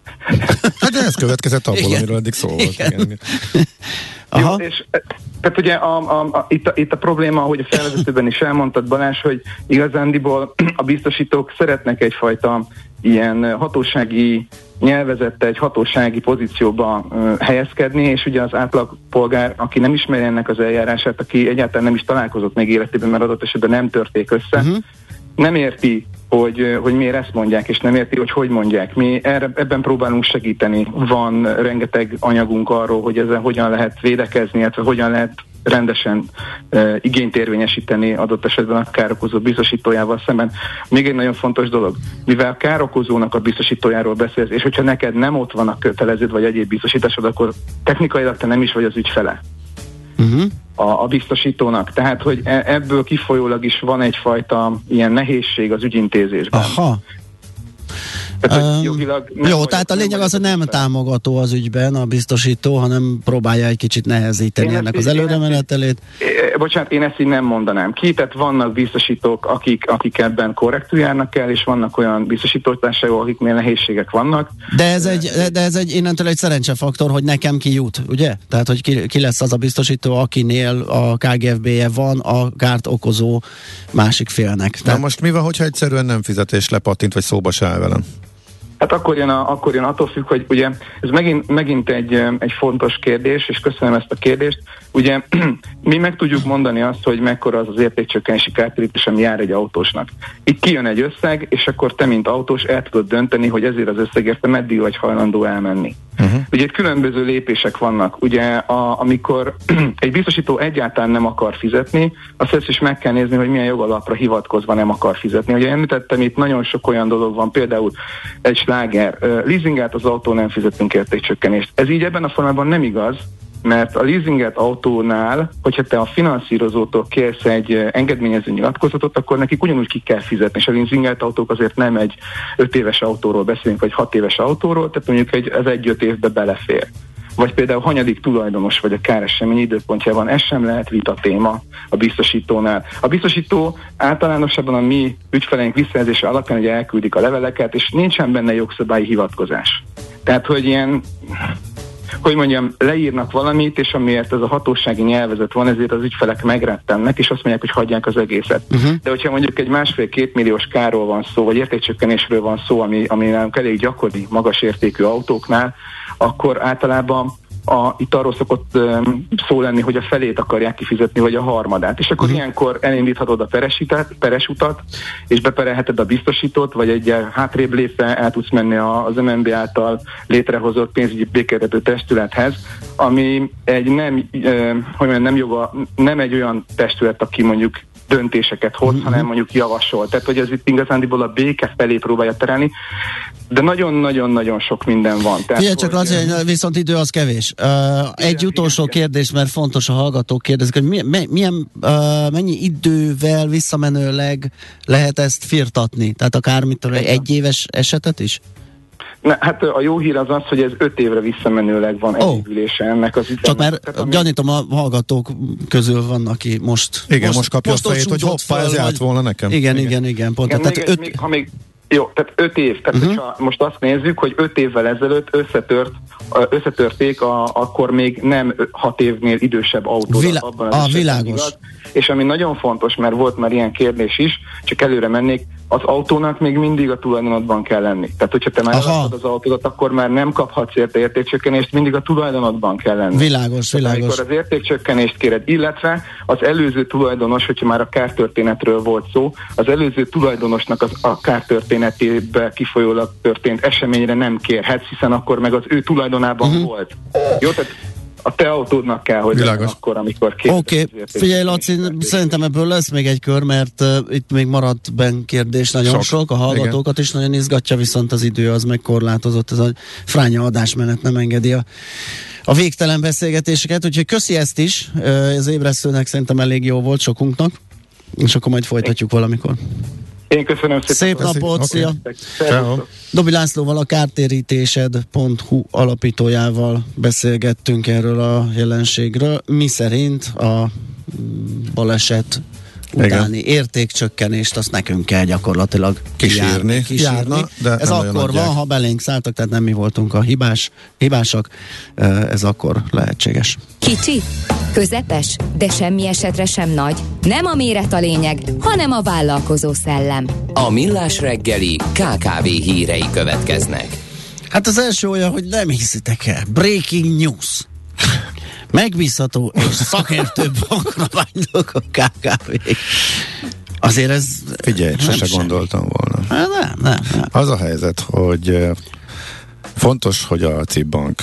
Hát de ez következett abból, igen. Amiről eddig szó volt. Igen. Igen. Aha. Jó, és tehát ugye a, a, a, itt, a, itt a probléma, ahogy a felvezetőben is elmondtad, Balázs, hogy igazándiból a biztosítók szeretnek egyfajta ilyen hatósági nyelvezette, egy hatósági pozícióba uh, helyezkedni, és ugye az átlagpolgár, aki nem ismeri ennek az eljárását, aki egyáltalán nem is találkozott még életében, mert adott esetben nem törték össze, uh-huh. nem érti, hogy, hogy miért ezt mondják, és nem érti, hogy hogy mondják. Mi erre, ebben próbálunk segíteni. Van rengeteg anyagunk arról, hogy ezzel hogyan lehet védekezni, illetve hogyan lehet rendesen e, igényt érvényesíteni adott esetben a károkozó biztosítójával szemben. Még egy nagyon fontos dolog, mivel a károkozónak a biztosítójáról beszélsz, és hogyha neked nem ott van a köteleződ vagy egyéb biztosításod, akkor technikailag te nem is vagy az ügyfele. Uh-huh. A, a biztosítónak. Tehát, hogy ebből kifolyólag is van egyfajta ilyen nehézség az ügyintézésben. Aha. Tehát, um, jogilag jó, vagyok, tehát a lényeg az, hogy nem támogató az ügyben a biztosító, hanem próbálja egy kicsit nehezíteni én ennek az előremenetelét. Bocsánat, én ezt így nem mondanám ki, tehát vannak biztosítók, akik, akik ebben korrektül járnak el, és vannak olyan biztosítótársaságok, akiknél nehézségek vannak. De ez egy, de ez egy innentől egy szerencsefaktor, hogy nekem ki jut, ugye? Tehát, hogy ki, ki lesz az a biztosító, akinél a ká gé ef bé-je van a kárt okozó másik félnek. Na tehát... most mi van, hogyha egyszerűen nem fizetés lepattint, vagy szóba se áll velem? Hát akkor jön, a, akkor jön attól függ, hogy ugye ez megint, megint egy, egy fontos kérdés, és köszönöm ezt a kérdést. Ugye mi meg tudjuk mondani azt, hogy mekkora az az értékcsökkenési kártérítés, ami jár egy autósnak. Itt kijön egy összeg, és akkor te, mint autós, el tudod dönteni, hogy ezért az összegért te meddig vagy hajlandó elmenni. Uh-huh. Uh-huh. Ugye itt különböző lépések vannak. Ugye a, amikor egy biztosító egyáltalán nem akar fizetni, azt ezt is meg kell nézni, hogy milyen jogalapra hivatkozva nem akar fizetni. Ugye említettem, itt nagyon sok olyan dolog van, például egy sláger, uh, leasingát az autó nem fizetünk értékcsökkenést. Ez így ebben a formában nem igaz, mert a leasinget autónál, hogyha te a finanszírozótól kérsz egy engedményező nyilatkozatot, akkor nekik ugyanúgy ki kell fizetni, és a leasingelt autók azért nem egy öt éves autóról beszélünk, vagy hat éves autóról, tehát mondjuk egy, ez egy-öt évbe belefér. Vagy például hanyadik tulajdonos vagy a káresemény időpontjában, ez sem lehet vita téma a biztosítónál. A biztosító általánosabban a mi ügyfeleink visszajelzése alapján, hogy elküldik a leveleket, és nincsen benne jogszabályi hivatkozás. Tehát, hogy ilyen... hogy mondjam, leírnak valamit, és amiért ez a hatósági nyelvezet van, ezért az ügyfelek megrettennek, és azt mondják, hogy hagyják az egészet. Uh-huh. De hogyha mondjuk egy másfél-két milliós kárról van szó, vagy értékcsökkenésről van szó, ami, ami nálunk elég gyakori, magas értékű autóknál, akkor általában A, itt arról szokott um, szó lenni, hogy a felét akarják kifizetni, vagy a harmadát. És akkor uh-huh. ilyenkor elindíthatod a peresítát, peres utat, és beperelheted a biztosítót, vagy egy hátrébb lépve el tudsz menni az em en bé által létrehozott pénzügyi békéltető testülethez, ami egy nem, uh, hogy mondjam, nem, joga, nem egy olyan testület, aki mondjuk döntéseket hoz, uh-huh. hanem mondjuk javasol. Tehát, hogy ez itt igazándiból a béke felé próbálja terelni, de nagyon-nagyon-nagyon sok minden van. Figyelj csak, Laci, viszont idő az kevés. Uh, igen, egy utolsó igen. kérdés, mert fontos, a hallgatók kérdezik, hogy mi, mi, milyen, uh, mennyi idővel visszamenőleg lehet ezt firtatni? Tehát akár mitől egy egyéves esetet is? Na, hát a jó hír az az, hogy ez öt évre visszamenőleg van oh. elévülése ennek az ütemnek. Csak mert tehát, ami... gyanítom, a hallgatók közül van, aki most... Igen, most, most kapja most a fejét, hogy hoppá, ez járt volna nekem. Igen, igen, igen, igen pont. Igen, tehát még, öt... még, ha még, jó, tehát öt év. Tehát uh-huh. hogyha most azt nézzük, hogy öt évvel ezelőtt összetört, összetörték a, akkor még nem hat évnél idősebb autót. Vilá... abban az a világos. Igaz. És ami nagyon fontos, mert volt már ilyen kérdés is, csak előre mennék, az autónak még mindig a tulajdonodban kell lenni. Tehát, hogyha te már eladtad az autódat, akkor már nem kaphatsz érte értékcsökkenést, mindig a tulajdonodban kell lenni. Világos, Tehát, világos. amikor az értékcsökkenést kéred, illetve az előző tulajdonos, hogyha már a kártörténetről volt szó, az előző tulajdonosnak az a kártörténetébe kifolyólag történt eseményre nem kérhetsz, hiszen akkor meg az ő tulajdonában uh-huh. volt. Jó, tehát a te autódnak kell, hogy legyen akkor, amikor kérdezik. Oké, okay. Figyelj Laci, szerintem ebből lesz még egy kör, mert uh, itt még maradt benn kérdés nagyon sok, sok a hallgatókat igen. is nagyon izgatja, viszont az idő az megkorlátozott, ez a fránya adásmenet nem engedi a, a végtelen beszélgetéseket, úgyhogy köszi ezt is, uh, az ébresztőnek szerintem elég jó volt sokunknak, és akkor majd folytatjuk valamikor. Én köszönöm szépen. Szép napot, szia! Okay. Dobi Lászlóval, a kártérítésed pont hu alapítójával beszélgettünk erről a jelenségről, mi szerint a baleset utáni igen. értékcsökkenést azt nekünk kell gyakorlatilag kísérni. kísérni. Járna, de ez akkor van, ha belénk szálltak, tehát nem mi voltunk a hibás, hibásak, ez akkor lehetséges. Kicsi, közepes, de semmi esetre sem nagy. Nem a méret a lényeg, hanem a vállalkozó szellem. A Millás reggeli ká ká vé hírei következnek. Hát az első olyan, hogy nem hiszitek el. Breaking news. Megbízható és szakértő bankra vágynak a ká ká vék. Azért ez... Figyelj, sose gondoltam volna. Hát nem, nem, nem. Az a helyzet, hogy fontos, hogy a cé i bé Bank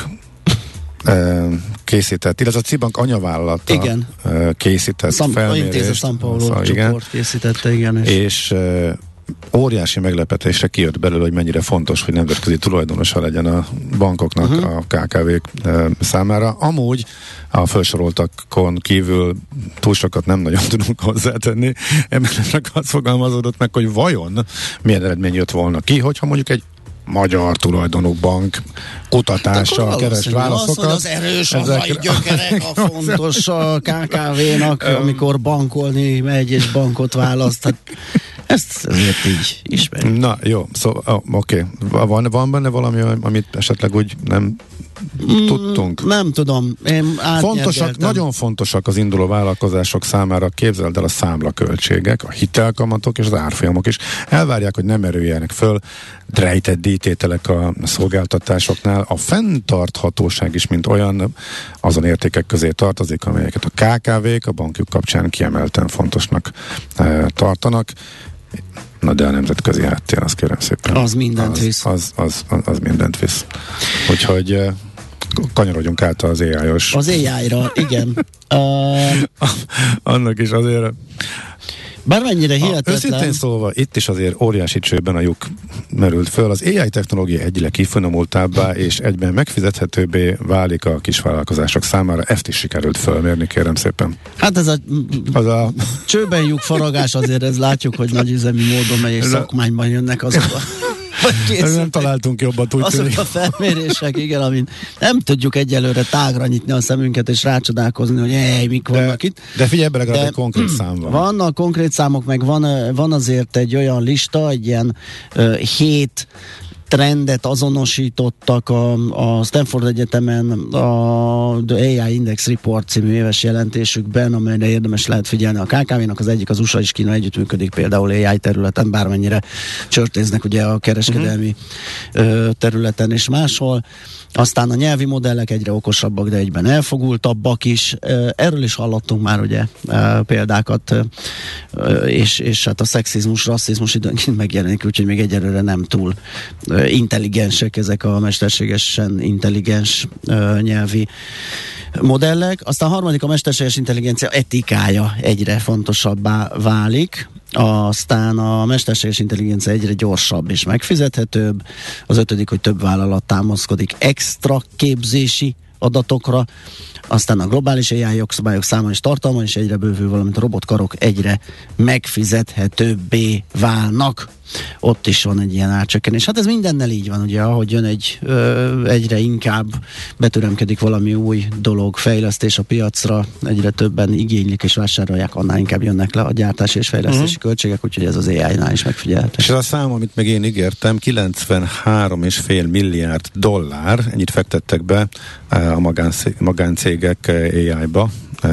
készített, illetve a cé i bé Bank anyavállalata igen. készített Szam, felmérést. A San Paulo csoport igen. készítette, igen. És, és óriási meglepetésre kijött belőle, hogy mennyire fontos, hogy nemzetközi tulajdonosa legyen a bankoknak uh-huh. a ká ká vék e, számára. Amúgy a felsoroltakon kívül túl sokat nem nagyon tudunk hozzátenni. Embernek azt fogalmazódott meg, hogy vajon milyen eredmény jött volna ki, hogyha mondjuk egy magyar tulajdonú bank kutatással keres válaszokat. Az, az erős hazai gyökerek a fontos a ká ká vénak, amikor bankolni megy és bankot választ. Hát ezt azért így ismerjük. Na jó, szóval oh, oké. Okay. Van, van benne valami, amit esetleg úgy nem mm, tudtunk? Nem tudom. Én fontosak, nagyon fontosak az induló vállalkozások számára, képzeld el a számlaköltségek, a hitelkamatok és az árfolyamok is. Elvárják, hogy nem erüljenek föl rejtett díjtételek a szolgáltatásoknál. A fenntarthatóság is, mint olyan, azon értékek közé tartozik, amelyeket a ká ká vék a bankjuk kapcsán kiemelten fontosnak e, tartanak. Na de a nemzetközi háttér, azt kérem szépen. Az mindent az, visz. Az, az, az, az mindent visz. Úgyhogy kanyarodjunk át az á i-os. Az á i-ra, igen. Uh... Annak is azért... Bármennyire hihetetlen. Őszintén szólva, itt is azért óriási csőben a lyuk merült föl. Az á i technológia egyre kifinomultabbá és egyben megfizethetőbbé válik a kisvállalkozások számára. Ezt is sikerült fölmérni, kérem szépen. Hát ez a, az a... csőben lyuk faragás, azért ez látjuk, hogy nagy üzemi módon megy, és szakmányban jönnek azok a... Nem találtunk jobbat, úgy azok tűnik. A felmérések, igen, amin nem tudjuk egyelőre tágra nyitni a szemünket és rácsodálkozni, hogy ej, mik de, vannak itt. De figyelj be, legalább egy konkrét szám van. Vannak konkrét számok, meg van, van azért egy olyan lista, egy ilyen uh, hét trendet azonosítottak a, a Stanford Egyetemen a The á i Index Report című éves jelentésükben, amelyre érdemes lehet figyelni a ká ká vé-nak. Az egyik az u es á és Kína együttműködik például á i területen, bármennyire csörtéznek ugye a kereskedelmi uh-huh. területen és máshol. Aztán a nyelvi modellek egyre okosabbak, de egyben elfogultabbak is. Erről is hallottunk már ugye példákat, és, és hát a szexizmus, rasszizmus időnként megjelenik, úgyhogy még egyelőre nem túl intelligensek ezek a mesterségesen intelligens nyelvi modellek. Aztán a harmadik, a mesterséges intelligencia etikája egyre fontosabbá válik. Aztán a mesterséges intelligencia egyre gyorsabb és megfizethetőbb. Az ötödik, hogy több vállalat támaszkodik extra képzési adatokra. Aztán a globális á i jogszabályok száma és tartalma is egyre bővül, valamint a robotkarok egyre megfizethetőbbé válnak. Ott is van egy ilyen árcsökkenés. Hát ez mindennel így van, ugye, ahogy jön egy ö, egyre inkább betüremkedik valami új dolog, fejlesztés a piacra, egyre többen igénylik és vásárolják, annál inkább jönnek le a gyártási és fejlesztési uh-huh. költségek, úgyhogy ez az á i-nál is megfigyelhető. És ez a szám, amit meg én ígértem, kilencvenhárom egész öt milliárd dollár, ennyit fektettek be a magáncégek á i-ba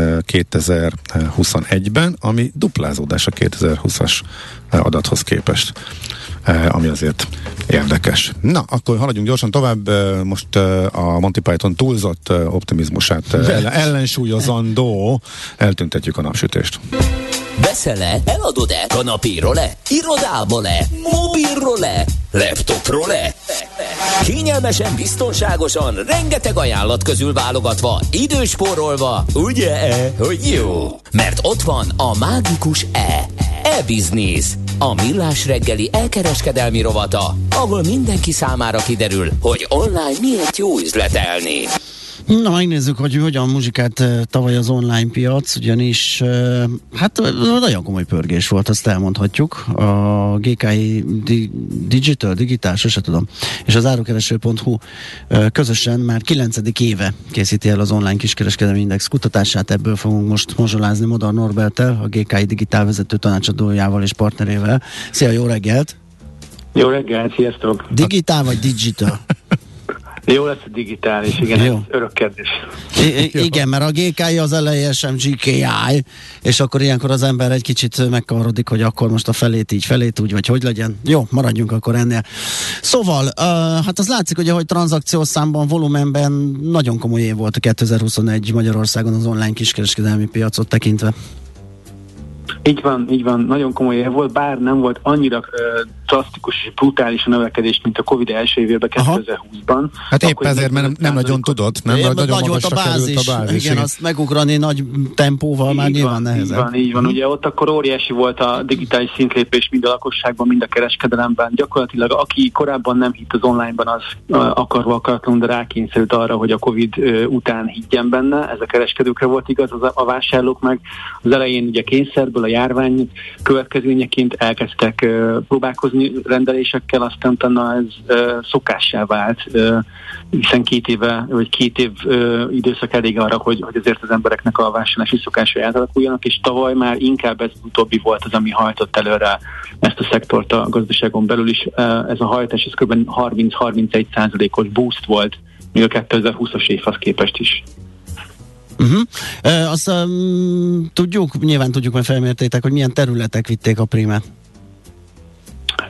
kétezer-huszonegyben, ami duplázódás a kétezer-húszas adathoz képest, ami azért érdekes. Na, akkor haladjunk gyorsan tovább, most a Monty Python túlzott optimizmusát ellensúlyozandó eltüntetjük a napsütést. Veszel-e? Eladod-e? Kanapéról-e? Irodából-e? Mobilról-e? Laptopról-e? Kényelmesen, biztonságosan, rengeteg ajánlat közül válogatva, időspórolva, ugye-e, hogy jó? Mert ott van a mágikus E. E-Business, a millás reggeli elkereskedelmi rovata, ahol mindenki számára kiderül, hogy online miért jó üzletelni. Na, megnézzük, hogy hogyan muzsikált tavaly az online piac, ugyanis hát nagyon komoly pörgés volt, azt elmondhatjuk. A gé ká i Digital, Digitál, sose tudom, és az árukereső pont hu közösen már kilencedik éve készíti el az online kiskereskedelmi index kutatását, ebből fogunk most mozsolázni Modar Norberttel, a gé ká i Digitál vezető tanácsadójával és partnerével. Szia, jó reggelt! Jó reggelt, sziasztok! Digitál vagy digital? Jó lesz a digitális, igen, jó. Ez örök kérdés. I- igen, mert a gé ká i az elején sem gé ká i, és akkor ilyenkor az ember egy kicsit megkavarodik, hogy akkor most a felét így, felét úgy, vagy hogy legyen. Jó, maradjunk akkor ennél. Szóval, uh, hát az látszik, hogy ahogy tranzakciós számban, volumenben nagyon komoly év volt a kétezer-huszonegy Magyarországon az online kiskereskedelmi piacot tekintve. Így van, így van, nagyon komoly év volt, bár nem volt annyira uh, drasztikus és brutális a növekedés, mint a Covid első évében kétezer-húszban. Hát épp ezért, mert nem, nem nagyon tudott, nem nagyon, nagyon magasra a bázis, került a bázis. Igen, igen, azt megugrani nagy tempóval így már van, nyilván nehezebb. Így van, így van. Ugye ott akkor óriási volt a digitális szintlépés mind a lakosságban, mind a kereskedelemben. Gyakorlatilag aki korábban nem hitt az onlineban, az uh, akarva akaratlanul, de rákényszerült arra, hogy a Covid uh, után higgyen benne. Ez a kereskedőkre volt igaz, az a, a vásárlók meg az elején ugye kényszerből, a járvány következményeként elkezdtek uh, próbálkozni rendelésekkel, aztán utána ez uh, szokássá vált, uh, hiszen két éve, vagy két év uh, időszak elég arra, hogy, hogy azért az embereknek a vásárlási szokásai átalakuljanak, és tavaly már inkább ez utóbbi volt az, ami hajtott előre ezt a szektort a gazdaságon belül is. Uh, ez a hajtás, ez kb. harminc-harmincegy százalékos boost volt, még a kétezer-húszas évhez képest is. Uh-huh. Uh, azt um, tudjuk, nyilván tudjuk, mert felmértétek, hogy milyen területek vitték a prímet.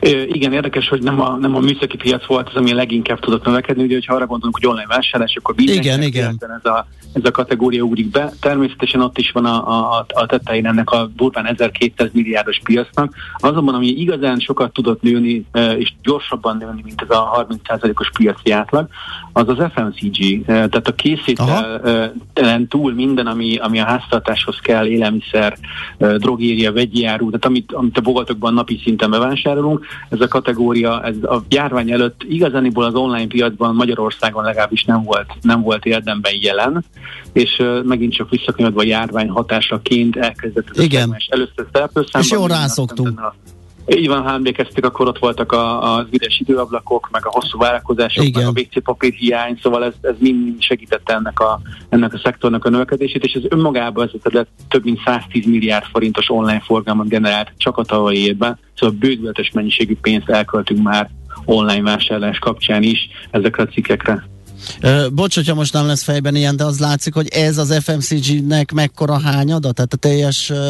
Igen, érdekes, hogy nem a, nem a műszaki piac volt az, ami leginkább tudott növekedni, ugye, hogyha arra gondolunk, hogy online vásárlás, akkor igen, igen. Ez, a, ez a kategória ugrik be. Természetesen ott is van a, a, a tetején ennek a durván ezerkétszáz milliárdos piacnak. Azonban, ami igazán sokat tudott nőni, és gyorsabban nőni, mint ez a harminc százalékos piaci átlag, az az ef em cé gé. Tehát a készételen túl minden, ami, ami a háztartáshoz kell, élelmiszer, drogéria, vegyi áru, tehát amit, amit a boltokban napi szinten bevásárolunk, ez a kategória, ez a járvány előtt igazániból az online piacban Magyarországon legalábbis nem volt, nem volt érdemben jelen, és uh, megint csak visszakanyodva a járvány hatásaként elkezdett ez igen. a először szereplőszámban. És jól rászoktunk. Így van, ha emlékeztek, akkor ott voltak a, az üres időablakok, meg a hosszú várakozások, igen. meg a vé cé papír hiány, szóval ez, ez mind segítette ennek a, ennek a szektornak a növekedését, és ez önmagában ez több mint száztíz milliárd forintos online forgalmat generált csak a tavalyi évben, szóval bődületes mennyiségű pénzt elköltünk már online vásárlás kapcsán is ezekre a cikkekre. Uh, bocs, hogyha most nem lesz fejben ilyen, de az látszik, hogy ez az ef em cé gé-nek mekkora hányada? Tehát a teljes uh,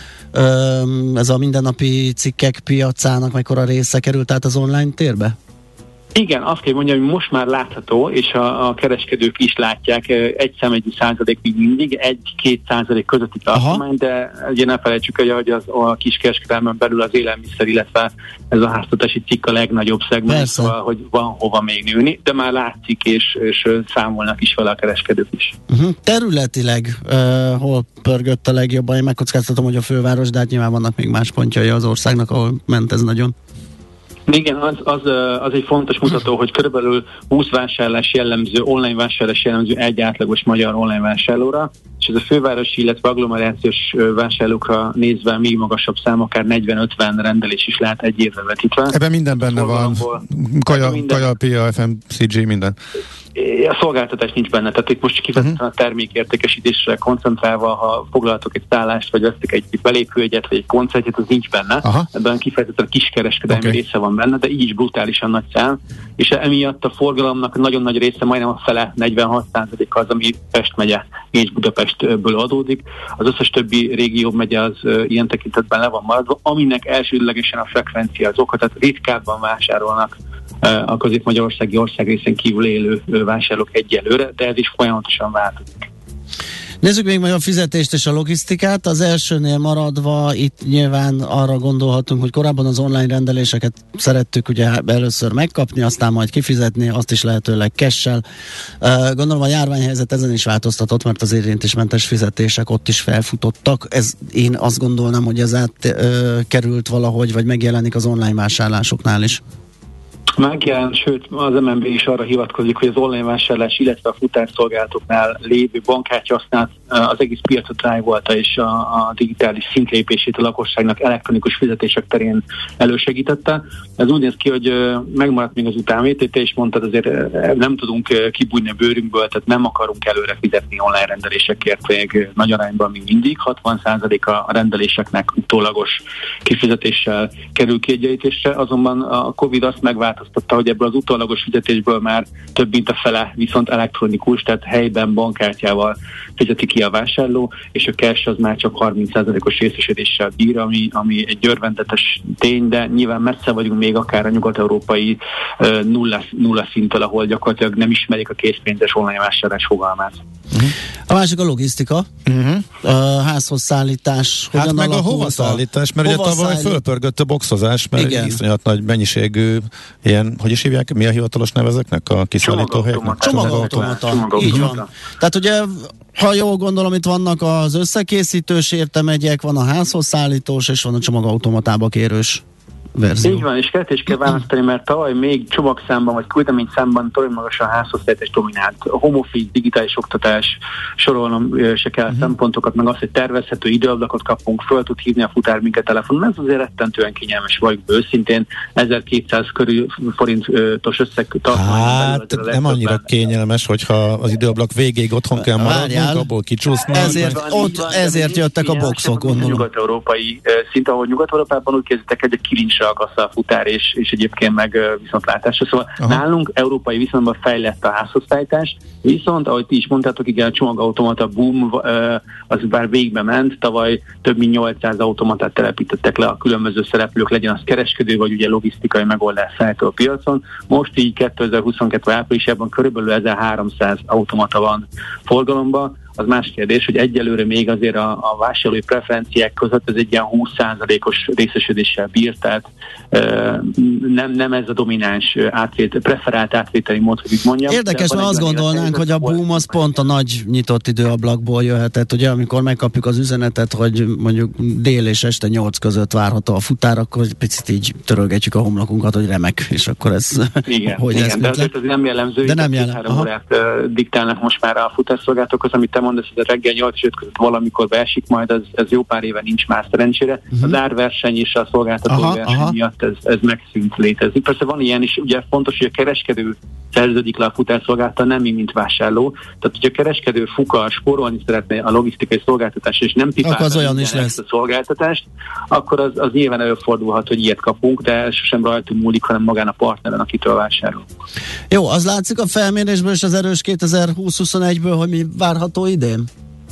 uh, ez a mindennapi cikkek piacának mekkora része került át az online térbe? Igen, azt kell mondjam, hogy most már látható, és a, a kereskedők is látják, egy számegyű százalék még mindig, egy-két százalék közötti tartomány, de ugye ne felejtsük, hogy az, a kiskereskedelmen belül az élelmiszer, illetve ez a háztartási cikk a legnagyobb szegmens, szóval, hogy van hova még nőni, de már látszik, és, és számolnak is vele a kereskedők is. Uh-huh. Területileg uh, hol pörgött a legjobban? Én megkockáztatom, hogy a főváros, de hát nyilván vannak még más pontjai az országnak, ahol ment ez nagyon. Igen, az, az, az egy fontos mutató, hogy körülbelül húsz vásárlás jellemző, online vásárlás jellemző egy átlagos magyar online vásárlóra, és ez a fővárosi, illetve agglomerációs vásárlókra nézve még magasabb szám, akár negyven-ötven rendelés is lehet egy évre vetítve. Ebben minden benne van, kaja, minden... kaja, pia, ef em cé gé, minden. A szolgáltatás nincs benne, tehát itt most kifejezetten uh-huh. a termékértékesítésre koncentrálva, ha foglaltok egy szállást, vagy vesztek egy belépőjegyet, vagy egy koncertjét, az nincs benne. Aha. Ebben kifejezetten a kiskereskedelmi okay. része van benne, de így is brutálisan nagy szám, és emiatt a forgalomnak nagyon nagy része, majdnem a fele, negyvenhat százalék az, ami Pest megye és Budapestből adódik. Az összes többi régió megye az uh, ilyen tekintetben le van maradva, aminek elsődlegesen a frekvencia az oka, tehát ritkábban vásárolnak a közép-magyarországi országrészen kívül élő vásárlók egyelőre, de ez is folyamatosan változik. Nézzük még meg a fizetést és a logisztikát. Az elsőnél maradva itt nyilván arra gondolhatunk, hogy korábban az online rendeléseket szerettük ugye először megkapni, aztán majd kifizetni, azt is lehetőleg cash-sel. Gondolom a járványhelyzet ezen is változtatott, mert az érintésmentes fizetések ott is felfutottak. Ez, én azt gondolnám, hogy ez átkerült valahogy, vagy megjelenik az online vásárlásoknál is. Megjelent, sőt az em en bé is arra hivatkozik, hogy az online vásárlás, illetve a futárszolgálatoknál lévő bankkártya használat az egész piacot drive-olta, és a, a digitális szintlépését a lakosságnak elektronikus fizetések terén elősegítette. Ez úgy néz ki, hogy megmaradt még az utánvétel, te is mondtad, azért nem tudunk kibújni a bőrünkből, tehát nem akarunk előre fizetni online rendelésekért, még nagy arányban még mindig. hatvan százalék a rendeléseknek utólagos kifizetéssel kerül kiegyenlítésre, azonban a Covid azt megváltoztatta, hogy ebből az utólagos fizetésből már több mint a fele viszont elektronikus, tehát helyben bankkártyával fizeti ki a vásárló, és a cash az már csak harminc százalékos részesedéssel bír, ami, ami egy örvendetes tény, de nyilván messze vagyunk még akár a nyugat-európai uh, nulla, nulla szinttől, ahol gyakorlatilag nem ismerik a készpénzes online vásárlás fogalmát. Uh-huh. A másik a logisztika, uh-huh. a házhoz szállítás. Hát meg a hova szállítás, mert hova ugye tavaly szállít... fölpörgött a boxozás, mert igen. iszonyat nagy mennyiségű ilyen, hogy is hívják, mi a hivatalos neve ezeknek a kiszállítóhelyeknek? Csomagautomata. Így van. Tehát ugye, ha jól gondolom, itt vannak az összekészítős értemegyek, van a házhoz szállítós, és van a csomagautomatába kérős verzió. Így van, és kellett is kell választani, mert tavaly még csomagszámban vagy küldeményszámban torony magasan házhozszállítás dominált. A home office, digitális oktatás, sorolnom se kell uh-huh. szempontokat, meg az, hogy tervezhető időablakot kapunk, föl tud hívni a futár minket telefonon. Ez azért rettentően kényelmes, vagy őszintén ezerkétszáz körül forintos összeg tartalmány. Hát nem annyira kényelmes, hogyha az időablak végéig otthon kell maradnunk, abból kicsúszni. Ezért, van, ott, van, ezért jöttek a boxok, gondolom. Nyugat-európai szint, ahol Nyugat-Európában úgy kezdtek egy kilincs a kassa, a futár és, és egyébként meg viszontlátásra. Szóval Aha. nálunk európai viszonyban fejlett a házhozszállítás, viszont ahogy ti is mondtátok, igen, a csomagautomata boom az bár végbe ment, tavaly több mint nyolcszáz automatát telepítettek le a különböző szereplők, legyen az kereskedő, vagy ugye logisztikai megoldás szállító a piacon. Most így kétezer-huszonkettő áprilisában körülbelül ezerháromszáz automata van forgalomban. Az más kérdés, hogy egyelőre még azért a, a vásárlói preferenciák között ez egy ilyen húsz százalékos részesedéssel bír, tehát e, nem, nem ez a domináns átvét, preferált átvételi mód, hogy így mondjam. Érdekes, mert azt gondolnánk, hogy a boom az pont a nagy nyitott időablakból jöhetett, ugye amikor megkapjuk az üzenetet, hogy mondjuk dél és este nyolc között várható a futár, akkor picit így törölgetjük a homlokunkat, hogy remek, és akkor ez... Igen, hogy igen ez de azért ez nem jellemző, de nem jelen. három órát uh, diktálnak most már a futárszolgáltatókhoz, amit te mondasz, hogy a reggel nyolc és öt között valamikor beesik, majd ez, ez jó pár éve nincs más szerencsére. Uh-huh. Az árverseny és a szolgáltató aha, verseny aha. miatt ez, ez megszűnt létezni. Persze van ilyen is, ugye fontos, hogy a kereskedő szerződik le a futárszolgáltató, nem mi, mint vásárló. Tehát, hogy a kereskedő fukar, spórolni szeretné a logisztikai szolgáltatás, és nem pipálni ezt a szolgáltatást, akkor az, az nyilván előfordulhat, hogy ilyet kapunk, de ez sosem rajtunk múlik, hanem magán a partneren, akitől vásárol. Jó, az látszik a felmérésből és az erős kétezer-húsz-huszonegyből, hogy mi várható idén?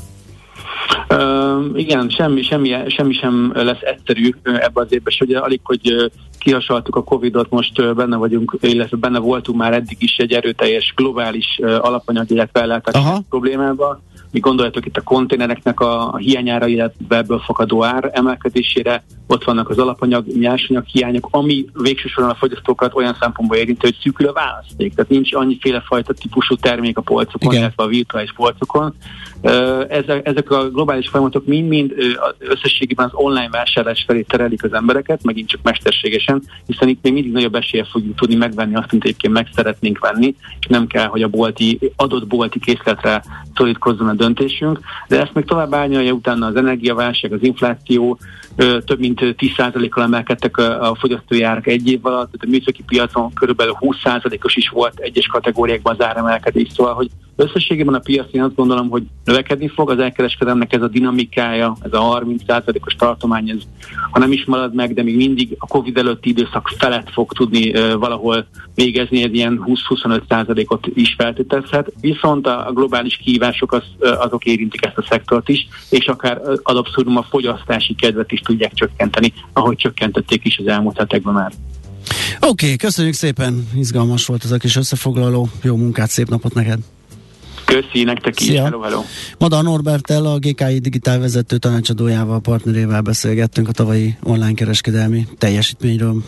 Uh, igen, semmi, semmi, semmi sem lesz egyszerű ebben az évben, és ugye alig, hogy kihasaltuk a Covidot, most benne vagyunk, illetve benne voltunk már eddig is egy erőteljes globális alapanyag, illetve ellátási problémában. Mi gondoljatok itt a konténereknek a hiányára, illetve ebből fakadó ár emelkedésére, ott vannak az alapanyag, nyersanyag hiányok, ami végső soron a fogyasztókat olyan szempontból érinti, hogy szűkül a választék. Tehát nincs annyiféle fajta típusú termék a polcokon, Igen. illetve a virtuális polcokon. Ezek, ezek a globális folyamatok mind-mind összességében az online vásárlás felé terelik az embereket, megint csak mesterségesen, hiszen itt még mindig nagyobb eséllyel fogjuk tudni megvenni azt, mint egyébként meg szeretnénk venni, és nem kell, hogy a bolti, adott bolti készletre szorítkozzon a döntésünk, de ezt még tovább árnyalja utána az energiaválság, az infláció, több mint tíz százalékkal emelkedtek a, a fogyasztói árak egy év alatt, tehát a műszaki piacon körülbelül húsz százalékos is volt egyes kategóriákban az áremelkedés, szóval, hogy összességében a piac, én azt gondolom, hogy növekedni fog, az elkereskedelmnek ez a dinamikája, ez a harminc százalékos tartomány, ez, ha nem is marad meg, de még mindig a Covid előtti időszak felett fog tudni uh, valahol végezni, egy ilyen húsz-huszonöt százalékot is feltételezhet, viszont a, a globális kihívások az, uh, azok érintik ezt a szektort is, és akár uh, ad abszurdum a fogyasztási kedvet is tudják csökkenteni, ahogy csökkentették is az elmúlt hetekben már. Oké, okay, köszönjük szépen, izgalmas volt ez a kis összefoglaló, jó munkát, szép napot neked! Köszi, nektek is. Hello, hello. Madar Norberttel, a gé ká i Digitál vezető tanácsadójával, partnerével beszélgettünk a tavalyi online kereskedelmi teljesítményről.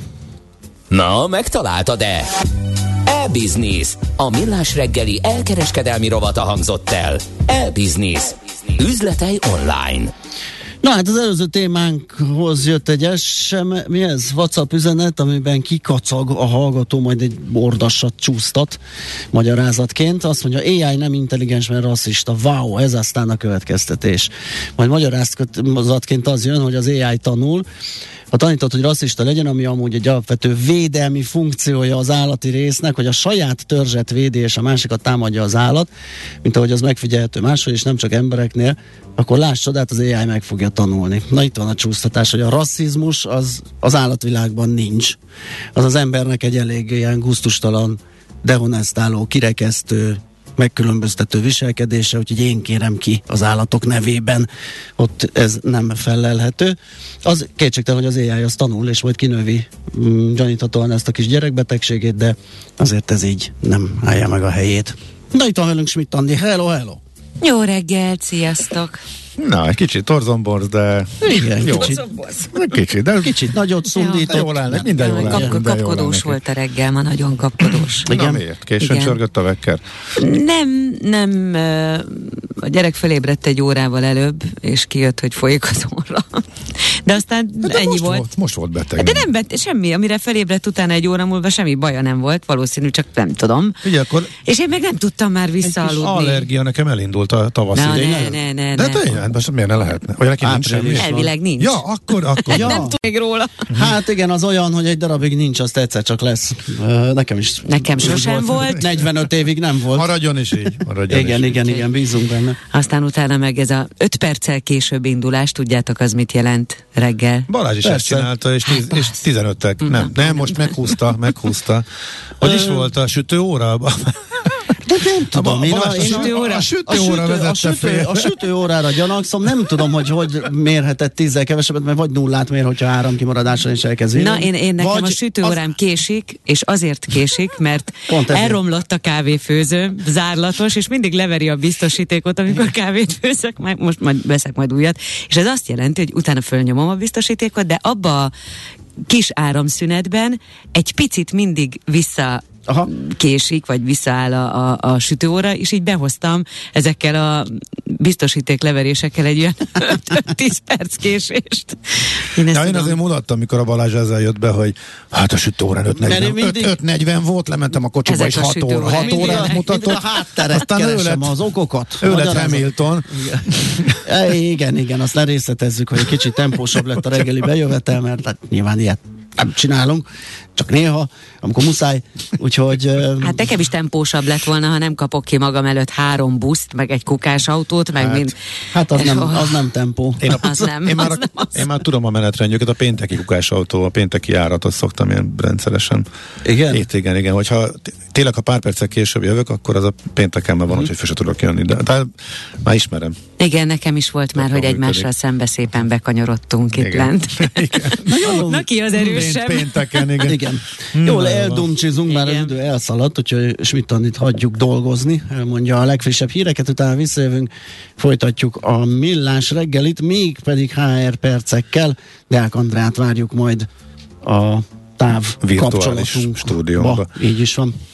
Na, megtaláltad-e? E-Business. A millás reggeli elkereskedelmi rovata hangzott el. E-Business. Üzletei online. Na hát az előző témánkhoz jött egy es em es, mi ez? WhatsApp üzenet, amiben kikacag a hallgató, majd egy bordassat csúsztat magyarázatként. Azt mondja, á i nem intelligens, mert rasszista. Wow, ez aztán a következtetés. Majd magyarázatként az jön, hogy az á i tanul, ha tanított, hogy rasszista legyen, ami amúgy egy alapvető védelmi funkciója az állati résznek, hogy a saját törzset védi és a másikat támadja az állat, mint ahogy az megfigyelhető máshol, és nem csak embereknél, akkor láss csodát, az á i meg fogja tanulni. Na itt van a csúsztatás, hogy a rasszizmus az, az állatvilágban nincs. Az az embernek egy elég ilyen gusztustalan, dehonestáló, kirekesztő, megkülönböztető viselkedése, úgyhogy én kérem ki az állatok nevében, ott ez nem felelhető. Az kétségtelen, hogy az á i az tanul, és majd kinövi mm, gyaníthatóan ezt a kis gyerekbetegségét, de azért ez így nem állja meg a helyét. Na itt van velünk Schmidt Andi, hello, hello! Jó reggelt, sziasztok! Na, egy kicsit torzomborz, de... Igen, jó. Kicsit, kicsit, de... Kicsit nagyot szundított. Jól állnak, minden jól állnak. Kap, kapkodós volt a reggel, ma nagyon kapkodós. Na miért? Későn csörgött a vekker? Nem, nem. A gyerek felébredt egy órával előbb, és kijött, hogy folyik az óra. De aztán de ennyi most volt. volt. Most volt beteg. De nem beteg, semmi. Amire felébredt utána egy óra múlva semmi baja nem volt, valószínű, csak nem tudom. Ugye, akkor és én meg nem tudtam már visszaaludni. Egy kis allergia nekem elindult a tavasz Na, idején. Ne, ne, ne, de ne. tényleg, most miért ne lehetne? Olyan neki nincs semmi. Elvileg nincs. Ja, akkor, akkor. Ja. Nem tudom még róla. Hát igen, az olyan, hogy egy darabig nincs, azt egyszer csak lesz. Nekem is. Nekem sosem volt. volt. negyvenöt évig nem volt. Maradjon is így. Maradjon igen, is igen, így. igen, bízunk benne. Aztán utána meg ez a öt perccel később indulás, tudjátok az mit jelent? reggel. Balázs is ezt csinálta, és, tíz, és tizenöttel, nem, nem, most meghúzta, meghúzta. Hogy is volt a sütő óra? De nem tudom, a, én a, a, a, sütő óra, a sütő óra vezette a sütő, fél. A sütő órára gyanakszom, nem tudom, hogy hogy mérhetett tízzel kevesebbet, mert vagy nullát mér, hogyha áramkimaradáson is elkezd. Na, én, én nekem vagy a sütő órám az... késik, és azért késik, mert elromlott a kávéfőző, zárlatos, és mindig leveri a biztosítékot, amikor kávét főzök, majd, most majd veszek majd újat, és ez azt jelenti, hogy utána fölnyomom a biztosítékot, de abba a kis áramszünetben egy picit mindig vissza Aha. késik, vagy visszaáll a, a, a sütőóra, és így behoztam ezekkel a biztosítékleverésekkel egy ilyen tíz perc késést. Én, ja, én azért mutattam, amikor a Balázs ezzel jött be, hogy hát a sütőórán öt negyven volt, lementem a kocsiba, és hat órát mutatott. A hátteret keresem, az okokat. Ő lett Hamilton. Igen, igen, azt lerészetezzük, hogy egy kicsit tempósabb lett a reggeli bejövetel, mert hát nyilván ilyet nem csinálunk, csak néha, amikor muszáj, úgyhogy... Hát nekem is tempósabb lett volna, ha nem kapok ki magam előtt három buszt, meg egy kukás autót, meg hát, mind... Hát az nem, az nem tempó. Én, a, az nem, én, már, az nem az. én már tudom a menetrendjüket, a pénteki kukás autó, a pénteki járatot szoktam én rendszeresen. Igen? Itt, igen, igen, hogyha tényleg, ha pár perccel később jövök, akkor az a pénteken már van, mm. hogy fel se tudok jönni, de, de már ismerem. Igen, nekem is volt már, hogy egymással szembe szépen bekanyarodtunk itt lent. Na ki az erősebb? Pénteken, igen. igen. Jól eldumcsizunk, már az idő elszaladt, úgyhogy Schmidt-Annit hagyjuk dolgozni, elmondja a legfrissebb híreket, utána visszajövünk, folytatjuk a millás reggelit, még pedig há er percekkel, Deák Andrát várjuk majd a táv virtuális stúdióba. Így is van.